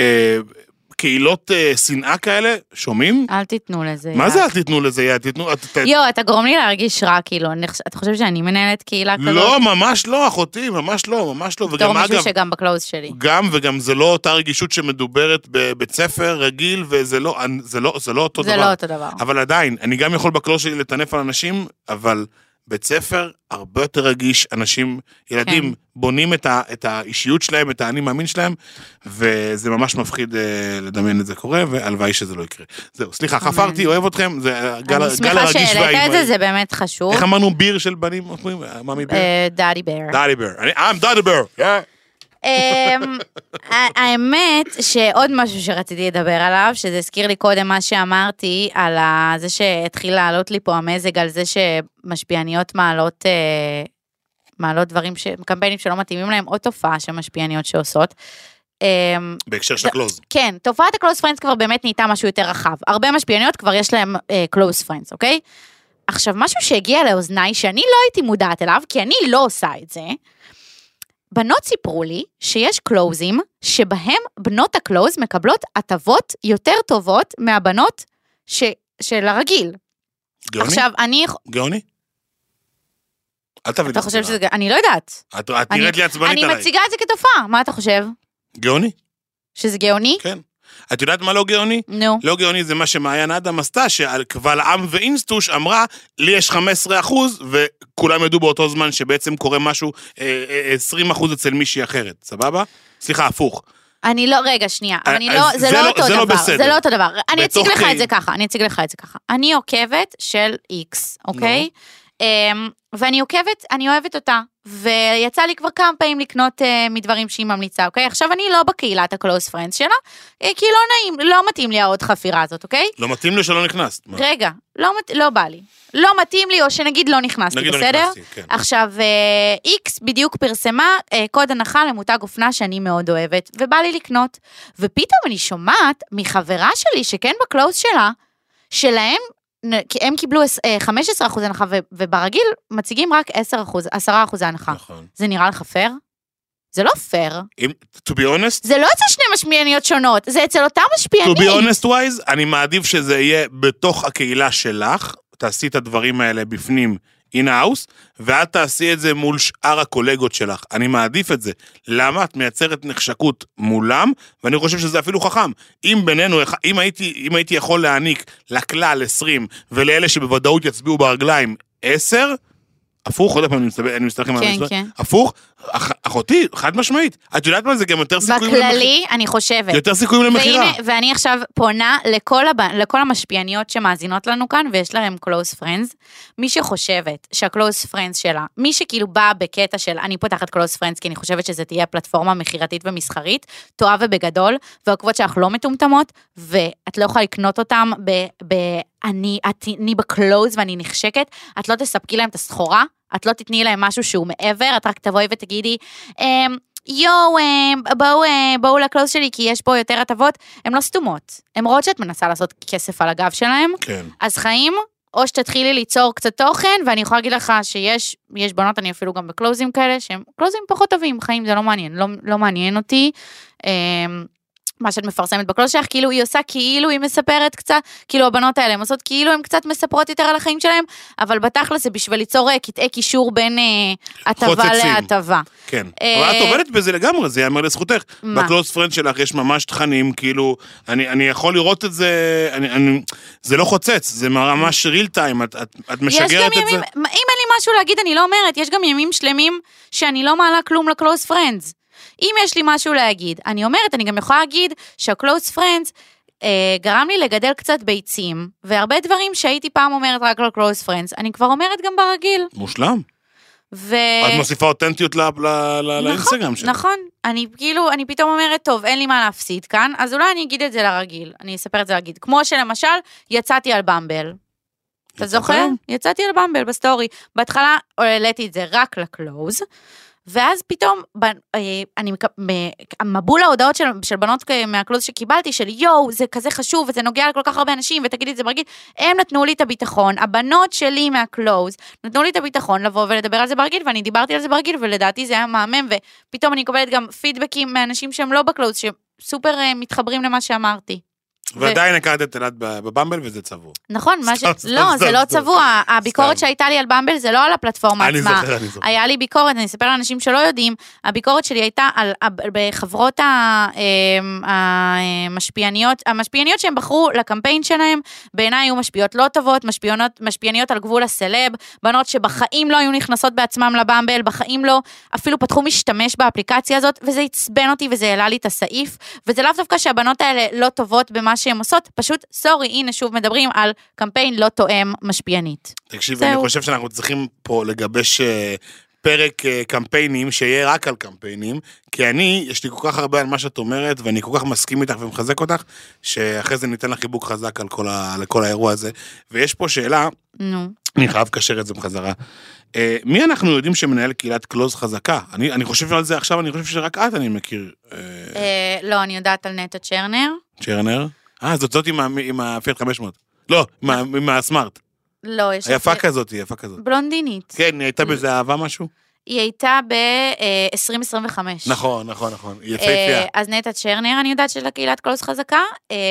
[SPEAKER 2] קהילות שנאה כאלה, שומעים?
[SPEAKER 3] אל תיתנו לזה.
[SPEAKER 2] מה זה אל תיתנו לזה?
[SPEAKER 3] אתה גורם לי להרגיש רע, כאילו, אתה חושב שאני מנהלת קהילה כזאת?
[SPEAKER 2] לא, ממש לא, אחותי, ממש לא.
[SPEAKER 3] בתור מישהו שגם בקלוז שלי.
[SPEAKER 2] וגם זה לא אותה רגישות שמדוברת בבית ספר רגיל, וזה לא אותו דבר.
[SPEAKER 3] זה לא אותו דבר.
[SPEAKER 2] אבל עדיין, אני גם יכול בקלוז שלי לטנף על אנשים, אבל בית ספר הרבה יותר רגיש, אנשים, ילדים, בונים את האישיות שלהם, את האני מאמין שלהם, וזה ממש מפחיד לדמיין את זה קורה, והלוואי שזה לא יקרה. זהו, סליחה, חפרתי, אוהב אתכם, זה גל הרגיש והאימא.
[SPEAKER 3] אני שמחה שהעלית את זה, זה באמת חשוב.
[SPEAKER 2] איך אמרנו ביר של בנים? מאמי ביר?
[SPEAKER 3] דאדי ביר.
[SPEAKER 2] דאדי ביר. I'm דאדי ביר,
[SPEAKER 3] האמת שעוד משהו שרציתי לדבר עליו, שזה הזכיר לי קודם מה שאמרתי, על זה שהתחיל לעלות לי פה המזג, על זה שמשפיעניות מעלות דברים, קמפיינים שלא מתאימים להם, עוד תופעה שמשפיעניות שעושות.
[SPEAKER 2] בהקשר של קלוז.
[SPEAKER 3] כן, תופעת הקלוז פרנדס כבר באמת נהייתה משהו יותר רחב. הרבה משפיעניות כבר יש להם קלוז פרנדס, אוקיי? עכשיו, משהו שהגיע לאוזניי, שאני לא הייתי מודעת אליו, כי אני לא עושה את זה, בנות סיפרו לי שיש קלוזים שבהם בנות הקלוז מקבלות הטבות יותר טובות מהבנות של הרגיל.
[SPEAKER 2] גאוני?
[SPEAKER 3] עכשיו,
[SPEAKER 2] גאוני? אל תביא
[SPEAKER 3] אתה חושב שזה... אני לא יודעת.
[SPEAKER 2] את נראית לי עצבנית עליי.
[SPEAKER 3] אני מציגה את זה כתופעה, מה אתה חושב?
[SPEAKER 2] גאוני?
[SPEAKER 3] שזה גאוני?
[SPEAKER 2] כן. את יודעת מה לא גאוני?
[SPEAKER 3] נו.
[SPEAKER 2] לא גאוני זה מה שמעיין אדם עשתה, שעל קבל עם ואינסטוש אמרה, לי יש 15%, וכולם ידעו באותו זמן שבעצם קורה משהו 20% אצל מישהי אחרת, סבבה? סליחה, הפוך.
[SPEAKER 3] אני לא, רגע, שנייה, זה לא אותו דבר, זה לא אותו דבר. אני אציג לך את זה ככה, אני עוקבת של X, אוקיי? ואני עוקבת, אני אוהבת אותה, ויצא לי כבר כמה פעמים לקנות מדברים שהיא ממליצה, אוקיי? עכשיו אני לא בקהילת הקלוז פרנדס שלה, כי לא נעים, לא מתאים לי העוד חפירה הזאת, אוקיי?
[SPEAKER 2] לא מתאים לי שלא נכנסת.
[SPEAKER 3] רגע, לא בא לי. לא מתאים לי, או שנגיד לא נכנסתי, בסדר? עכשיו, X בדיוק פרסמה קוד הנחה למותג אופנה שאני מאוד אוהבת, ובא לי לקנות, ופתאום אני שומעת מחברה שלי, שכן בקלוז שלה, שלהם, כי הם קיבלו 15% הנחה, וברגיל מציגים רק 10% הנחה.
[SPEAKER 2] נכון.
[SPEAKER 3] זה נראה לך פייר? זה לא פייר.
[SPEAKER 2] To be honest?
[SPEAKER 3] זה לא אצל שני משפיעניות שונות, זה אצל אותם משפיענים.
[SPEAKER 2] To be honest wise, אני מעדיף שזה יהיה בתוך הקהילה שלך, תעשי את הדברים האלה בפנים, in-house, ואת תעשי את זה מול שאר הקולגות שלך. אני מעדיף את זה. למה? את מייצרת נחשקות מולם, ואני חושב שזה אפילו חכם. אם בינינו, אם הייתי יכול להעניק לכלל 20, ולאלה שבוודאות יצביעו ברגליים 10, הפוך, עוד פעם אני מסתכל מה אני מסתכל, הפוך, אחותי, חד משמעית. את יודעת מה, זה גם יותר סיכויים
[SPEAKER 3] בכללי, אני חושבת.
[SPEAKER 2] יותר סיכויים למחירה.
[SPEAKER 3] ואני עכשיו פונה לכל המשפיעניות שמאזינות לנו כאן, ויש להם close friends. מי שחושבת שה-close friends שלה, מי שכאילו בא בקטע של, אני פותחת close friends, כי אני חושבת שזה תהיה פלטפורמה מחירתית ומסחרית, טועה ובגדול, והעקבות שלך לא מטומטמות, ואת לא יכולה לקנות אותם אני בקלוז ואני נחשקת, את לא תספקי להם את הסחורה, את לא תתני להם משהו שהוא מעבר, את רק תבואי ותגידי, בואו לקלוז שלי, כי יש פה יותר הטבות, הן לא סתומות, הן רואות שאת מנסה לעשות כסף על הגב שלהם,
[SPEAKER 2] כן.
[SPEAKER 3] אז חיים, או שתתחילי ליצור קצת תוכן, ואני יכולה להגיד לך שיש בנות, אני אפילו גם בקלוזים כאלה, שהם קלוזים פחות טובים, חיים זה לא מעניין, לא מעניין אותי, מה שאת מפרסמת בקלוז שלך, כאילו היא עושה כאילו היא מספרת קצת, כאילו הבנות האלה, הן עושות כאילו הן קצת מספרות יותר על החיים שלהם, אבל בתכלס זה בשביל ליצור קטעי קישור בין הטבה להטבה.
[SPEAKER 2] כן, אבל את עובדת בזה לגמרי, זה יאמר לזכותך. בקלוז פרנד שלך יש ממש תכנים, כאילו, אני יכול לראות את זה, זה לא חוצץ, זה ממש ריל טיים, את משגרת את זה.
[SPEAKER 3] אם אין לי משהו להגיד, אני לא אומרת, יש גם ימים שלמים שאני לא מעלה כלום לקלוז פרנדס. אם יש לי משהו להגיד, אני אומרת, אני גם יכולה להגיד שהקלוס פרנדס גרם לי לגדל קצת ביצים, והרבה דברים שהייתי פעם אומרת רק לקלוס פרנדס, אני כבר אומרת גם ברגיל.
[SPEAKER 2] מושלם. את מוסיפה אותנטיות לאינסטגרם שלך.
[SPEAKER 3] נכון, אני פתאום אומרת, טוב, אין לי מה להפסיד כאן, אז אולי אני אגיד את זה לרגיל, אני אספר את זה לרגיל. כמו שלמשל, יצאתי על במבל. אתה זוכר? יצאתי על במבל בסטורי. בהתחלה העליתי את זה רק לקלוז, ואז פתאום, מבול ההודעות של בנות מהקלוז שקיבלתי, של יואו, זה כזה חשוב, וזה נוגע לכל כך הרבה אנשים, ותגידי את זה ברגיל, הם נתנו לי את הביטחון, הבנות שלי מהקלוז, נתנו לי את הביטחון לבוא ולדבר על זה ברגיל, ואני דיברתי על זה ברגיל, ולדעתי זה היה מהמם, ופתאום אני קובלת גם פידבקים מאנשים שהם לא בקלוז, שסופר מתחברים למה שאמרתי.
[SPEAKER 2] ועדיין הכרת את אלעד בבמבל וזה צבוע.
[SPEAKER 3] נכון, לא, זה לא צבוע, הביקורת שהייתה לי על במבל זה לא על הפלטפורמה עצמה.
[SPEAKER 2] אני זוכר.
[SPEAKER 3] היה לי ביקורת, אני אספר לאנשים שלא יודעים, הביקורת שלי הייתה בחברות המשפיעניות שהם בחרו לקמפיין שלהם, בעיניי היו משפיעות לא טובות, משפיעניות על גבול הסלב, בנות שבחיים לא היו נכנסות בעצמם לבמבל, בחיים לא, אפילו פתחו משתמש באפליקציה הזאת, וזה הצבן אותי וזה העלה לי את הסעיף, וזה לאו דווקא שהבנות האלה לא טובות במה שהן עושות, פשוט, סורי, הנה שוב מדברים על קמפיין לא תואם משפיענית.
[SPEAKER 2] תקשיב, אני חושב שאנחנו צריכים פה לגבש פרק קמפיינים, שיהיה רק על קמפיינים, כי יש לי כל כך הרבה על מה שאת אומרת, ואני כל כך מסכים איתך ומחזק אותך, שאחרי זה ניתן לך חיבוק חזק על כל האירוע הזה. ויש פה שאלה, אני חייב לקשר את זה בחזרה. מי אנחנו יודעים שמנהל קהילת קלוז חזקה? אני חושב על זה עכשיו, אני חושב שרק את אני מכיר.
[SPEAKER 3] לא, אני יודעת על נטע צ'רנר.
[SPEAKER 2] צ'רנר? זאת עם הפיאט 500. לא, עם הסמארט.
[SPEAKER 3] לא, יש...
[SPEAKER 2] היפה כזאת.
[SPEAKER 3] בלונדינית.
[SPEAKER 2] כן, היא הייתה בזה אהבה משהו?
[SPEAKER 3] היא הייתה ב-2025.
[SPEAKER 2] נכון. היא יפהפייה.
[SPEAKER 3] אז נטע צ'רנר, אני יודעת של הקהילת קלוז חזקה,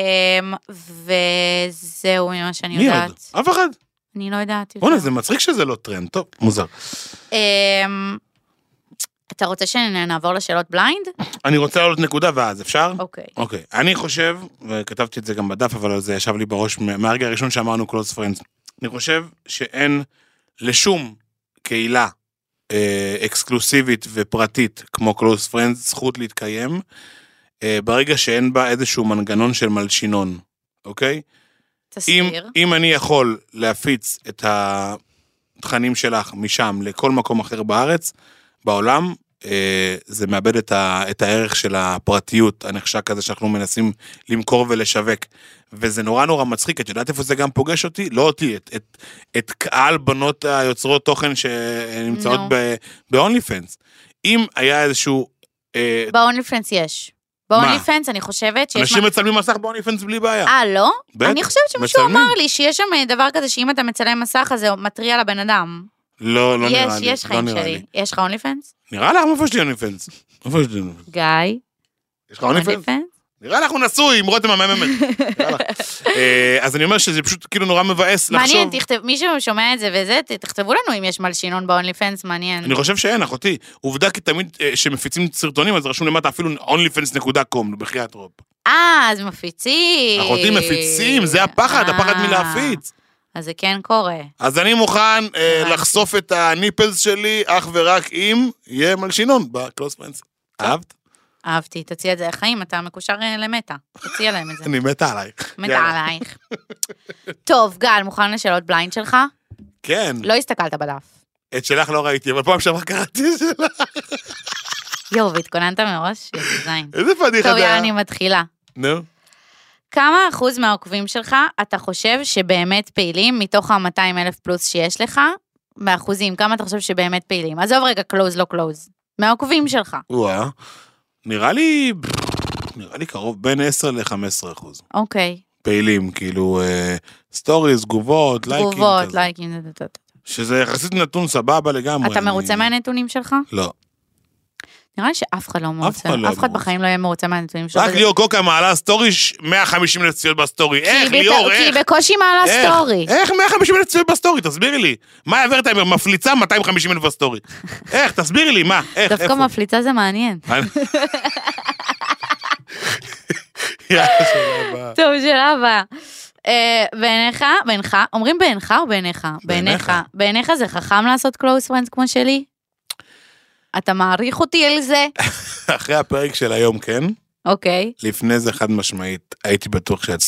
[SPEAKER 3] וזהו ממה שאני יודעת.
[SPEAKER 2] מי עוד? אף אחד.
[SPEAKER 3] אני לא יודעת.
[SPEAKER 2] בוא'נה, זה מצחיק שזה לא טרנד. טוב, מוזר.
[SPEAKER 3] אתה רוצה שנעבור לשאלות בליינד?
[SPEAKER 2] אני רוצה לעלות נקודה ואז, אפשר?
[SPEAKER 3] אוקיי.
[SPEAKER 2] אני חושב, וכתבתי את זה גם בדף, אבל זה ישב לי בראש מהרגע הראשון שאמרנו close friends. אני חושב שאין לשום קהילה אקסקלוסיבית ופרטית כמו close friends זכות להתקיים, ברגע שאין בה איזשהו מנגנון של מלשינון, אוקיי?
[SPEAKER 3] תסביר.
[SPEAKER 2] אם אני יכול להפיץ את התכנים שלך משם לכל מקום אחר בארץ, בעולם, זה מאבד את הערך של הפרטיות, הנחשק הזה שאנחנו מנסים למכור ולשווק, וזה נורא מצחיק, את יודעת איפה זה גם פוגש אותי? לא אותי, את קהל בנות היוצרות תוכן שנמצאות ב-OnlyFans. אם היה איזשהו...
[SPEAKER 3] ב-OnlyFans יש. ב-OnlyFans אני חושבת שיש...
[SPEAKER 2] אנשים מצלמים מסך ב-OnlyFans בלי בעיה.
[SPEAKER 3] לא? אני חושבת שמישהו אמר לי שיש שם דבר כזה, שאם אתה מצלם מסך, אז זה מטריע לבן אדם.
[SPEAKER 2] לא נראה לי.
[SPEAKER 3] יש חיים שלי. יש לך אונליפנס?
[SPEAKER 2] נראה לך, איפה יש לי אונליפנס?
[SPEAKER 3] גיא?
[SPEAKER 2] יש לך אונליפנס? נראה לך הוא נשוי, עם רותם המממת. אז אני אומר שזה פשוט כאילו נורא מבאס לחשוב.
[SPEAKER 3] מעניין, מי ששומע את זה וזה, תכתבו לנו אם יש מלשינון באונליפנס, מעניין.
[SPEAKER 2] אני חושב שאין, אחותי. עובדה כי תמיד שמפיצים סרטונים, אז רשום למטה אפילו onlyfans.com, בחיית רוב.
[SPEAKER 3] אז מפיצים.
[SPEAKER 2] אחותי מפיצים, זה הפחד מלהפיץ.
[SPEAKER 3] אז זה כן קורה.
[SPEAKER 2] אז אני מוכן לחשוף את הניפלס שלי, אך ורק אם יהיה מלשינון בקלוס פרנדס. אהבת?
[SPEAKER 3] אהבתי, תציע את זה לחיים, אתה מקושר למטה. תציע להם את זה.
[SPEAKER 2] אני מתה עלייך.
[SPEAKER 3] מתה עלייך. טוב, גל, מוכן לשאלות בליינד שלך?
[SPEAKER 2] כן.
[SPEAKER 3] לא הסתכלת בדף.
[SPEAKER 2] את שלך לא ראיתי, אבל פעם שעברה קראתי את שלך.
[SPEAKER 3] יואו, והתכוננת מראש? זין.
[SPEAKER 2] איזה פדיחה.
[SPEAKER 3] טוב, יאללה, אני מתחילה.
[SPEAKER 2] נו.
[SPEAKER 3] כמה אחוז מהעוקבים שלך אתה חושב שבאמת פעילים מתוך ה-200,000 פלוס שיש לך? באחוזים, כמה אתה חושב שבאמת פעילים? עזוב רגע, קלוז, לא קלוז. מהעוקבים שלך.
[SPEAKER 2] נראה לי קרוב בין 10 ל-15%.
[SPEAKER 3] אוקיי.
[SPEAKER 2] פעילים, כאילו, סטוריז, תגובות, לייקים.
[SPEAKER 3] תגובות, לייקים.
[SPEAKER 2] שזה יחסית נתון סבבה לגמרי.
[SPEAKER 3] אתה מרוצה מהנתונים שלך?
[SPEAKER 2] לא.
[SPEAKER 3] נראה לי שאף אחד לא מרוצה. אף אחד בחיים לא יהיה מרוצה מהנתונים שלך.
[SPEAKER 2] רק ליאור קוקה מעלה סטורי, 150,000 צפיות בסטורי. איך, ליאור, איך?
[SPEAKER 3] כי בקושי מעלה סטורי.
[SPEAKER 2] איך 150,000 צפיות בסטורי? תסבירי לי. מה עברת עם מפליצה 250,000 בסטורי? איך? תסבירי לי, מה? איך?
[SPEAKER 3] דווקא מפליצה זה מעניין. טוב, שאלה הבאה. בעינך, אומרים בעינך או בעיניך? בעיניך. בעיניך זה חכם לעשות close friends כמו שלי? אתה מעריך אותי על זה?
[SPEAKER 2] אחרי הפרק של היום, כן?
[SPEAKER 3] אוקיי.
[SPEAKER 2] לפני זה חד משמעית, הייתי בטוח שאת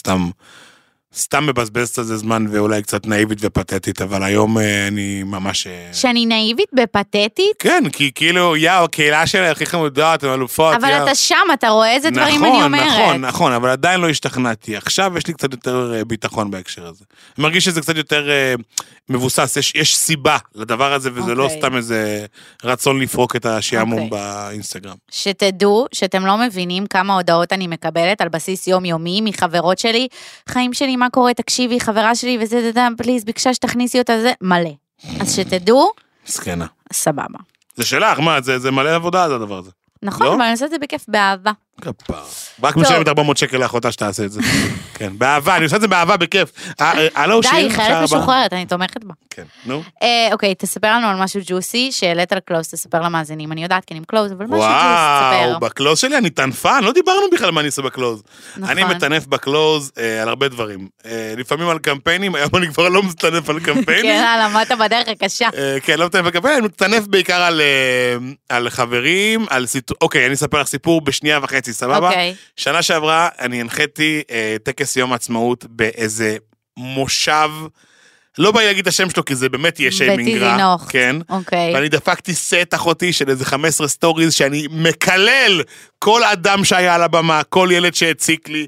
[SPEAKER 2] סתם מבזבזת על זה זמן, ואולי קצת נאיבית ופתטית, אבל היום אני ממש...
[SPEAKER 3] שאני נאיבית בפתטית?
[SPEAKER 2] כן, כי כאילו, הקהילה שלה הכי חמודות, הן אלופות.
[SPEAKER 3] אבל אתה שם, אתה רואה איזה דברים אני אומרת.
[SPEAKER 2] נכון, אבל עדיין לא השתכנעתי. עכשיו יש לי קצת יותר ביטחון בהקשר הזה. אני מרגיש שזה קצת יותר מבוסס, יש סיבה לדבר הזה, וזה לא סתם איזה רצון לפרוק את השיעמום באינסטגרם.
[SPEAKER 3] שתדעו שאתם לא מבינים כמה הודעות אני מקבלת על בסיס יומיומי מחברות שלי, חיים שלי, מה קורה, תקשיבי, חברה שלי, וזה, פליז, ביקשה שתכניסי אותה, זה מלא. אז שתדעו,
[SPEAKER 2] סקנה.
[SPEAKER 3] סבבה.
[SPEAKER 2] זה שלך, מה, זה מלא עבודה, זה הדבר הזה.
[SPEAKER 3] נכון, אבל אני עושה את זה בכיף, באהבה.
[SPEAKER 2] כפר. רק משלמת 400 שקל לאחותה שתעשה את זה. כן, באהבה, אני עושה את זה באהבה, בכיף.
[SPEAKER 3] די, חיילת משוחררת, אני תומכת בה.
[SPEAKER 2] כן, נו.
[SPEAKER 3] אוקיי, תספר לנו על משהו ג'וסי, שהעלית על קלוז, תספר למאזינים, אני יודעת, כי אני עם קלוז, אבל משהו ג'וס, תספר.
[SPEAKER 2] וואו, בקלוז שלי אני טנפן, לא דיברנו בכלל מה אני עושה בקלוז. אני מטנף בקלוז על הרבה דברים. לפעמים על קמפיינים, היום אני כבר לא מטנף על קמפיינים.
[SPEAKER 3] כן, למדת בדרך הקשה.
[SPEAKER 2] כן, לא מטנף על קמפיינים, אני מטנף בעיקר על חברים, אוקיי, אני אספר לך סיפור בשנייה וחצי, סבבה? שנה שעברה אני הנחיתי טקס יום העצמאות באיזה מושב, לא בא לי להגיד את השם שלו, כי זה באמת יהיה שיימינג רע. כן. ואני דפקתי סט אחותי של איזה 15 סטוריז, שאני מקלל כל אדם שהיה על הבמה, כל ילד שהציק לי,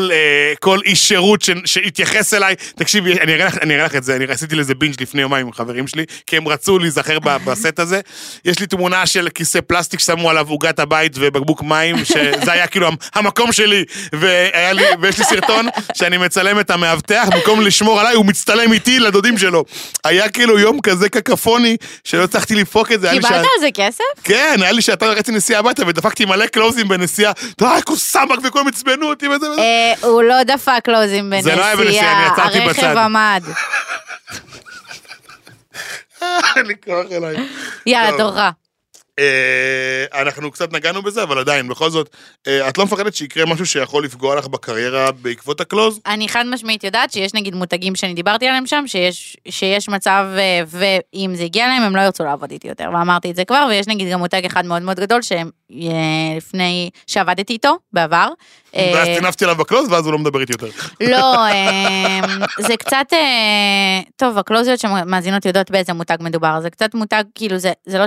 [SPEAKER 2] כל איש שירות שהתייחס אליי. תקשיבי, אני אראה לך את זה, אני עשיתי לזה בינג' לפני יומיים עם חברים שלי, כי הם רצו להיזכר בסט הזה. יש לי תמונה של כיסא פלסטיק ששמו עליו עוגת הבית ובקבוק מים, שזה היה כאילו המקום שלי, ויש לי סרטון שאני מצלם את המאבטח, במקום לשמור עליי, הוא מצטלם איתי לדודים שלו. היה כאילו יום כזה קקפוני, שלא צריכתי לפרוק את זה.
[SPEAKER 3] קיבלת על זה כסף? כן,
[SPEAKER 2] היה לי שעתיים רציתי נסיעה הביתה, ודפקתי מלא קלוזים בנסיעה, די, כוסמק וכולם הצבנו אותי וזה וזה.
[SPEAKER 3] הוא לא דפק קלוזים בנסיעה,
[SPEAKER 2] זה לא היה בנסיעה, אני עצרתי בצד.
[SPEAKER 3] הרכב עמד.
[SPEAKER 2] אין לי כוח אליי.
[SPEAKER 3] יאללה, תורך.
[SPEAKER 2] אנחנו קצת נגענו בזה, אבל עדיין, בכל זאת, את לא מפחדת שיקרה משהו שיכול לפגוע לך בקריירה בעקבות הקלוז?
[SPEAKER 3] אני חד משמעית יודעת שיש נגיד מותגים שאני דיברתי עליהם שם, שיש מצב, ואם זה הגיע להם, הם לא ירצו לעבוד איתי יותר, ואמרתי את זה כבר, ויש נגיד גם מותג אחד מאוד מאוד גדול, לפני שעבדתי איתו, בעבר.
[SPEAKER 2] ואז תנפתי עליו בקלוז, ואז הוא לא מדבר איתי יותר.
[SPEAKER 3] לא, זה קצת, טוב, הקלוזיות שמאזינות יודעות באיזה מותג מדובר, זה קצת מותג, כאילו, זה לא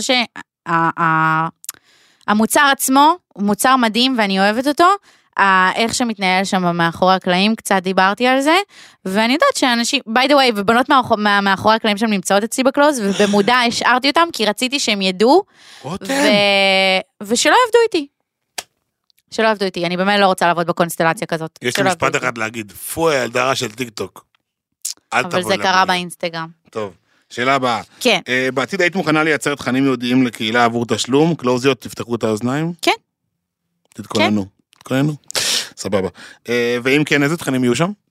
[SPEAKER 3] המוצר עצמו הוא מוצר מדהים ואני אוהבת אותו, איך שמתנהל שם מאחורי הקלעים, קצת דיברתי על זה, ואני יודעת שאנשים, by the way, ובנות מאחורי הקלעים שם נמצאות אצלי בקלוז, ובמודע השארתי אותם, כי רציתי שהם ידעו, ושלא יעבדו איתי. שלא יעבדו איתי, אני באמת לא רוצה לעבוד בקונסטלציה כזאת.
[SPEAKER 2] יש לי משפט אחד להגיד, פוי, הילדה של טיק טוק.
[SPEAKER 3] אבל זה קרה באינסטגרם.
[SPEAKER 2] טוב. שאלה הבאה.
[SPEAKER 3] כן.
[SPEAKER 2] בעתיד היית מוכנה לייצר תכנים ייעודיים לקהילה עבור תשלום? קלוזיות, תפתחו את האוזניים?
[SPEAKER 3] כן.
[SPEAKER 2] תתכוננו. תתכוננו. סבבה. ואם כן, איזה תכנים יהיו שם?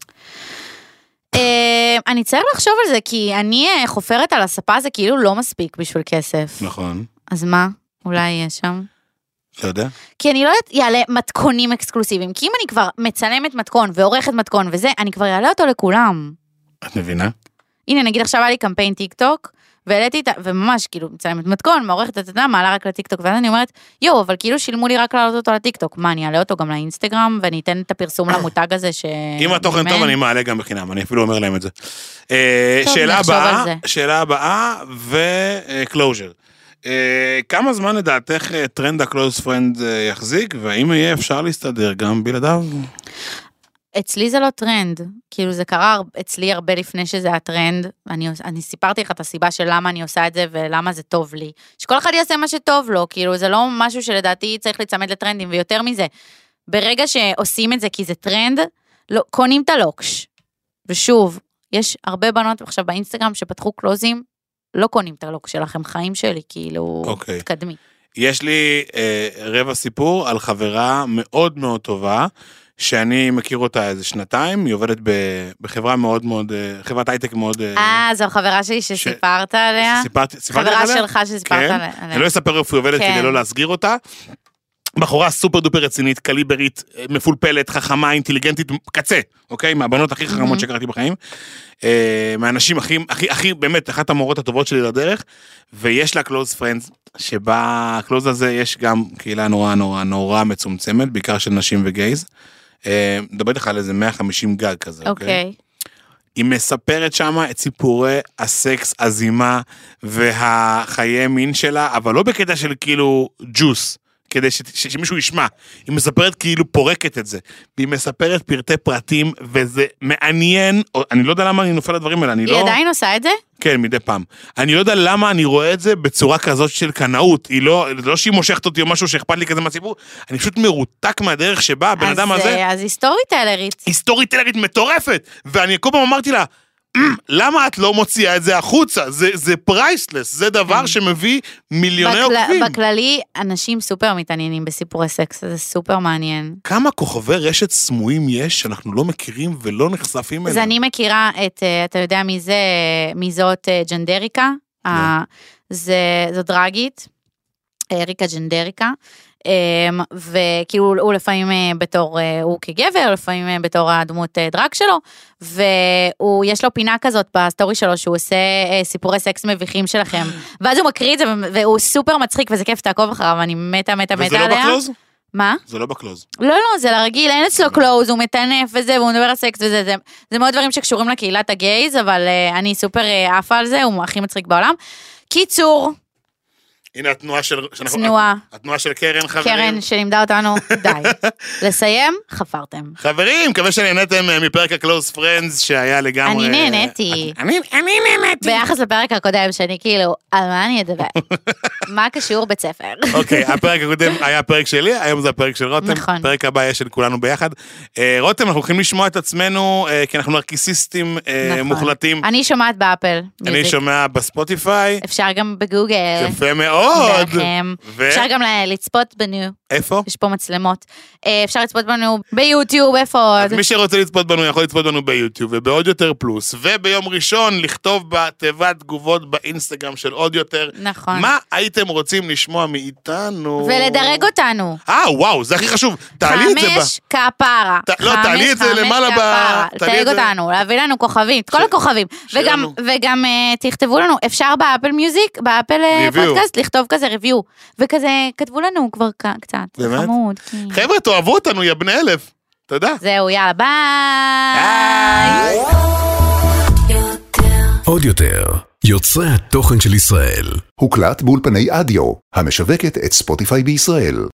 [SPEAKER 3] אני צריך לחשוב על זה, כי אני חופרת על הספה, זה כאילו לא מספיק בשביל כסף.
[SPEAKER 2] נכון.
[SPEAKER 3] אז מה? אולי יהיה שם?
[SPEAKER 2] לא יודע.
[SPEAKER 3] כי אני לא יעלה מתכונים אקסקלוסיביים, כי אם אני כבר מצלמת מתכון ועורכת מתכון וזה, אני כבר יעלה אותו לכולם.
[SPEAKER 2] את מבינה?
[SPEAKER 3] הנה, נגיד עכשיו היה לי קמפיין טיק טוק, והעליתי את, וממש, כאילו, מצלמת מתכון, מעורכת את זה, מעלה רק לטיק טוק, ואז אני אומרת, אבל כאילו שילמו לי רק להעלות אותו לטיק טוק, מה, אני אעלה אותו גם לאינסטגרם, ואני אתן את הפרסום למותג הזה
[SPEAKER 2] אם התוכן טוב, אני מעלה גם בחינם, אני אפילו אומר להם את זה. שאלה הבאה, וקלוז'ר. כמה זמן לדעתך טרנד הקלוז פרנד יחזיק, והאם יהיה אפשר להסתדר גם בלעדיו?
[SPEAKER 3] אצלי זה לא טרנד, כאילו זה קרה אצלי הרבה לפני שזה הטרנד, אני סיפרתי לך את הסיבה של למה אני עושה את זה ולמה זה טוב לי, שכל אחד יעשה מה שטוב לו, כאילו זה לא משהו שלדעתי צריך להצמד לטרנדים, ויותר מזה, ברגע שעושים את זה כי זה טרנד, לא, קונים את הלוקש, ושוב, יש הרבה בנות עכשיו באינסטגרם שפתחו קלוזים, לא קונים את הלוקש שלכם, חיים שלי, כאילו, תקדמי.
[SPEAKER 2] יש לי רבע סיפור על חברה מאוד מאוד טובה, שאני מכיר אותה איזה שנתיים, היא עובדת בחברה מאוד מאוד, חברת הייטק מאוד...
[SPEAKER 3] זו חברה שלי שסיפרת עליה? חברה שלך שסיפרת עליה.
[SPEAKER 2] אני לא אספר איפה היא עובדת כדי לא להסגיר אותה. בחורה סופר דופר רצינית, קליברית, מפולפלת, חכמה, אינטליגנטית, קצה, אוקיי? מהבנות הכי חכמות שקראתי בחיים. מהאנשים הכי, באמת, אחת המורות הטובות שלי לדרך, ויש לה קלוז פרנדס, שבקלוז הזה יש גם קהילה נורא נורא נורא מצומצמת, בעיקר של נשים וגייז. מדברת לך על איזה 150 גג כזה, אוקיי? היא מספרת שמה את סיפורי הסקס, הזימה, והחיי מין שלה, אבל לא בקטע של כאילו ג'וס, כדי שמישהו ישמע. היא מספרת כאילו פורקת את זה. והיא מספרת פרטי פרטים, וזה מעניין, אני לא יודע למה אני נופל לדברים האלה,
[SPEAKER 3] היא עדיין עושה את זה?
[SPEAKER 2] כן, מדי פעם. אני לא יודע למה אני רואה את זה בצורה כזאת של קנאות. היא לא שהיא מושכת אותי או משהו שאכפת לי כזה מהציבור, אני פשוט מרותק מהדרך שבה הבן אדם הזה...
[SPEAKER 3] אז היא סטורי-טלרית.
[SPEAKER 2] היא סטורי-טלרית מטורפת. ואני כל פעם אמרתי לה, למה את לא מוציאה את זה החוצה? זה פרייסלס, זה דבר שמביא מיליוני עוקבים.
[SPEAKER 3] בכללי, אנשים סופר מתעניינים בסיפורי סקס, זה סופר מעניין.
[SPEAKER 2] כמה כוכבי רשת סמויים יש שאנחנו לא מכירים ולא נחשפים אליהם?
[SPEAKER 3] אז אני מכירה את, אתה יודע מי זאת ג'נדריקה? זו דרגית, ריקה ג'נדריקה, וכאילו הוא לפעמים בתור, הוא כגבר, לפעמים בתור הדמות דרג שלו, ויש לו פינה כזאת בסטורי שלו, שהוא עושה סיפורי סקס מביכים שלכם, ואז הוא מקריא את זה, והוא סופר מצחיק, וזה כיף תעקוב אחריו, אני מתה עליה.
[SPEAKER 2] וזה לא בקלוז?
[SPEAKER 3] מה?
[SPEAKER 2] זה לא בקלוז.
[SPEAKER 3] לא, זה לרגיל, אין אצלו קלוז, הוא מטנף וזה, והוא מדבר על סקס וזה, זה מאוד דברים שקשורים לקהילת הגייז, אבל אני סופר עפה על זה, הוא הכי מצחיק בעולם. קיצור,
[SPEAKER 2] הנה התנועה של קרן, חברים.
[SPEAKER 3] קרן שלימדה אותנו, די. לסיים, חפרתם.
[SPEAKER 2] חברים, מקווה שנהנתם מפרק הקלוז פרנדס שהיה לגמרי...
[SPEAKER 3] אני נהניתי.
[SPEAKER 2] אני נהניתי.
[SPEAKER 3] ביחס לפרק הקודם, שאני כאילו, על מה אני אדבר? מה קשור בית ספר?
[SPEAKER 2] אוקיי, הפרק הקודם היה הפרק שלי, היום זה הפרק של רותם.
[SPEAKER 3] נכון.
[SPEAKER 2] פרק הבא יש של כולנו ביחד. רותם, אנחנו הולכים לשמוע את עצמנו, כי אנחנו נרקיסיסטים מוחלטים.
[SPEAKER 3] אני שומעת באפל.
[SPEAKER 2] אני שומע בספוטיפיי.
[SPEAKER 3] אפשר גם בגוגל.
[SPEAKER 2] יפה מאוד.
[SPEAKER 3] אפשר גם לצפות בנו.
[SPEAKER 2] איפה?
[SPEAKER 3] יש פה מצלמות. אפשר לצפות בנו ביוטיוב, איפה עוד?
[SPEAKER 2] מי שרוצה לצפות בנו יכול לצפות בנו ביוטיוב ובעוד יותר פלוס, וביום ראשון לכתוב בתיבת תגובות באינסטגרם של עוד יותר.
[SPEAKER 3] נכון.
[SPEAKER 2] מה הייתם רוצים לשמוע מאיתנו?
[SPEAKER 3] ולדרג אותנו.
[SPEAKER 2] וואו, זה הכי חשוב. תעלי את זה
[SPEAKER 3] 5 כפרה.
[SPEAKER 2] לא, תעלי את זה למעלה
[SPEAKER 3] לדרג אותנו, להביא לנו כוכבים, את כל הכוכבים. וגם תכתבו לנו, אפשר באפל מיוזיק, באפל פודקאסט, לכתוב כזה ריוויו. וכזה כתבו לנו כבר קצת. חמוד.
[SPEAKER 2] חבר'ה, תאהבו אותנו, יא בני 1000. תודה.
[SPEAKER 3] זהו, יאללה, ביי.
[SPEAKER 1] עוד יותר, יוצרי התוכן של ישראל.
[SPEAKER 4] הוקלט באולפני אדיו, המשווקת את ספוטיפיי בישראל.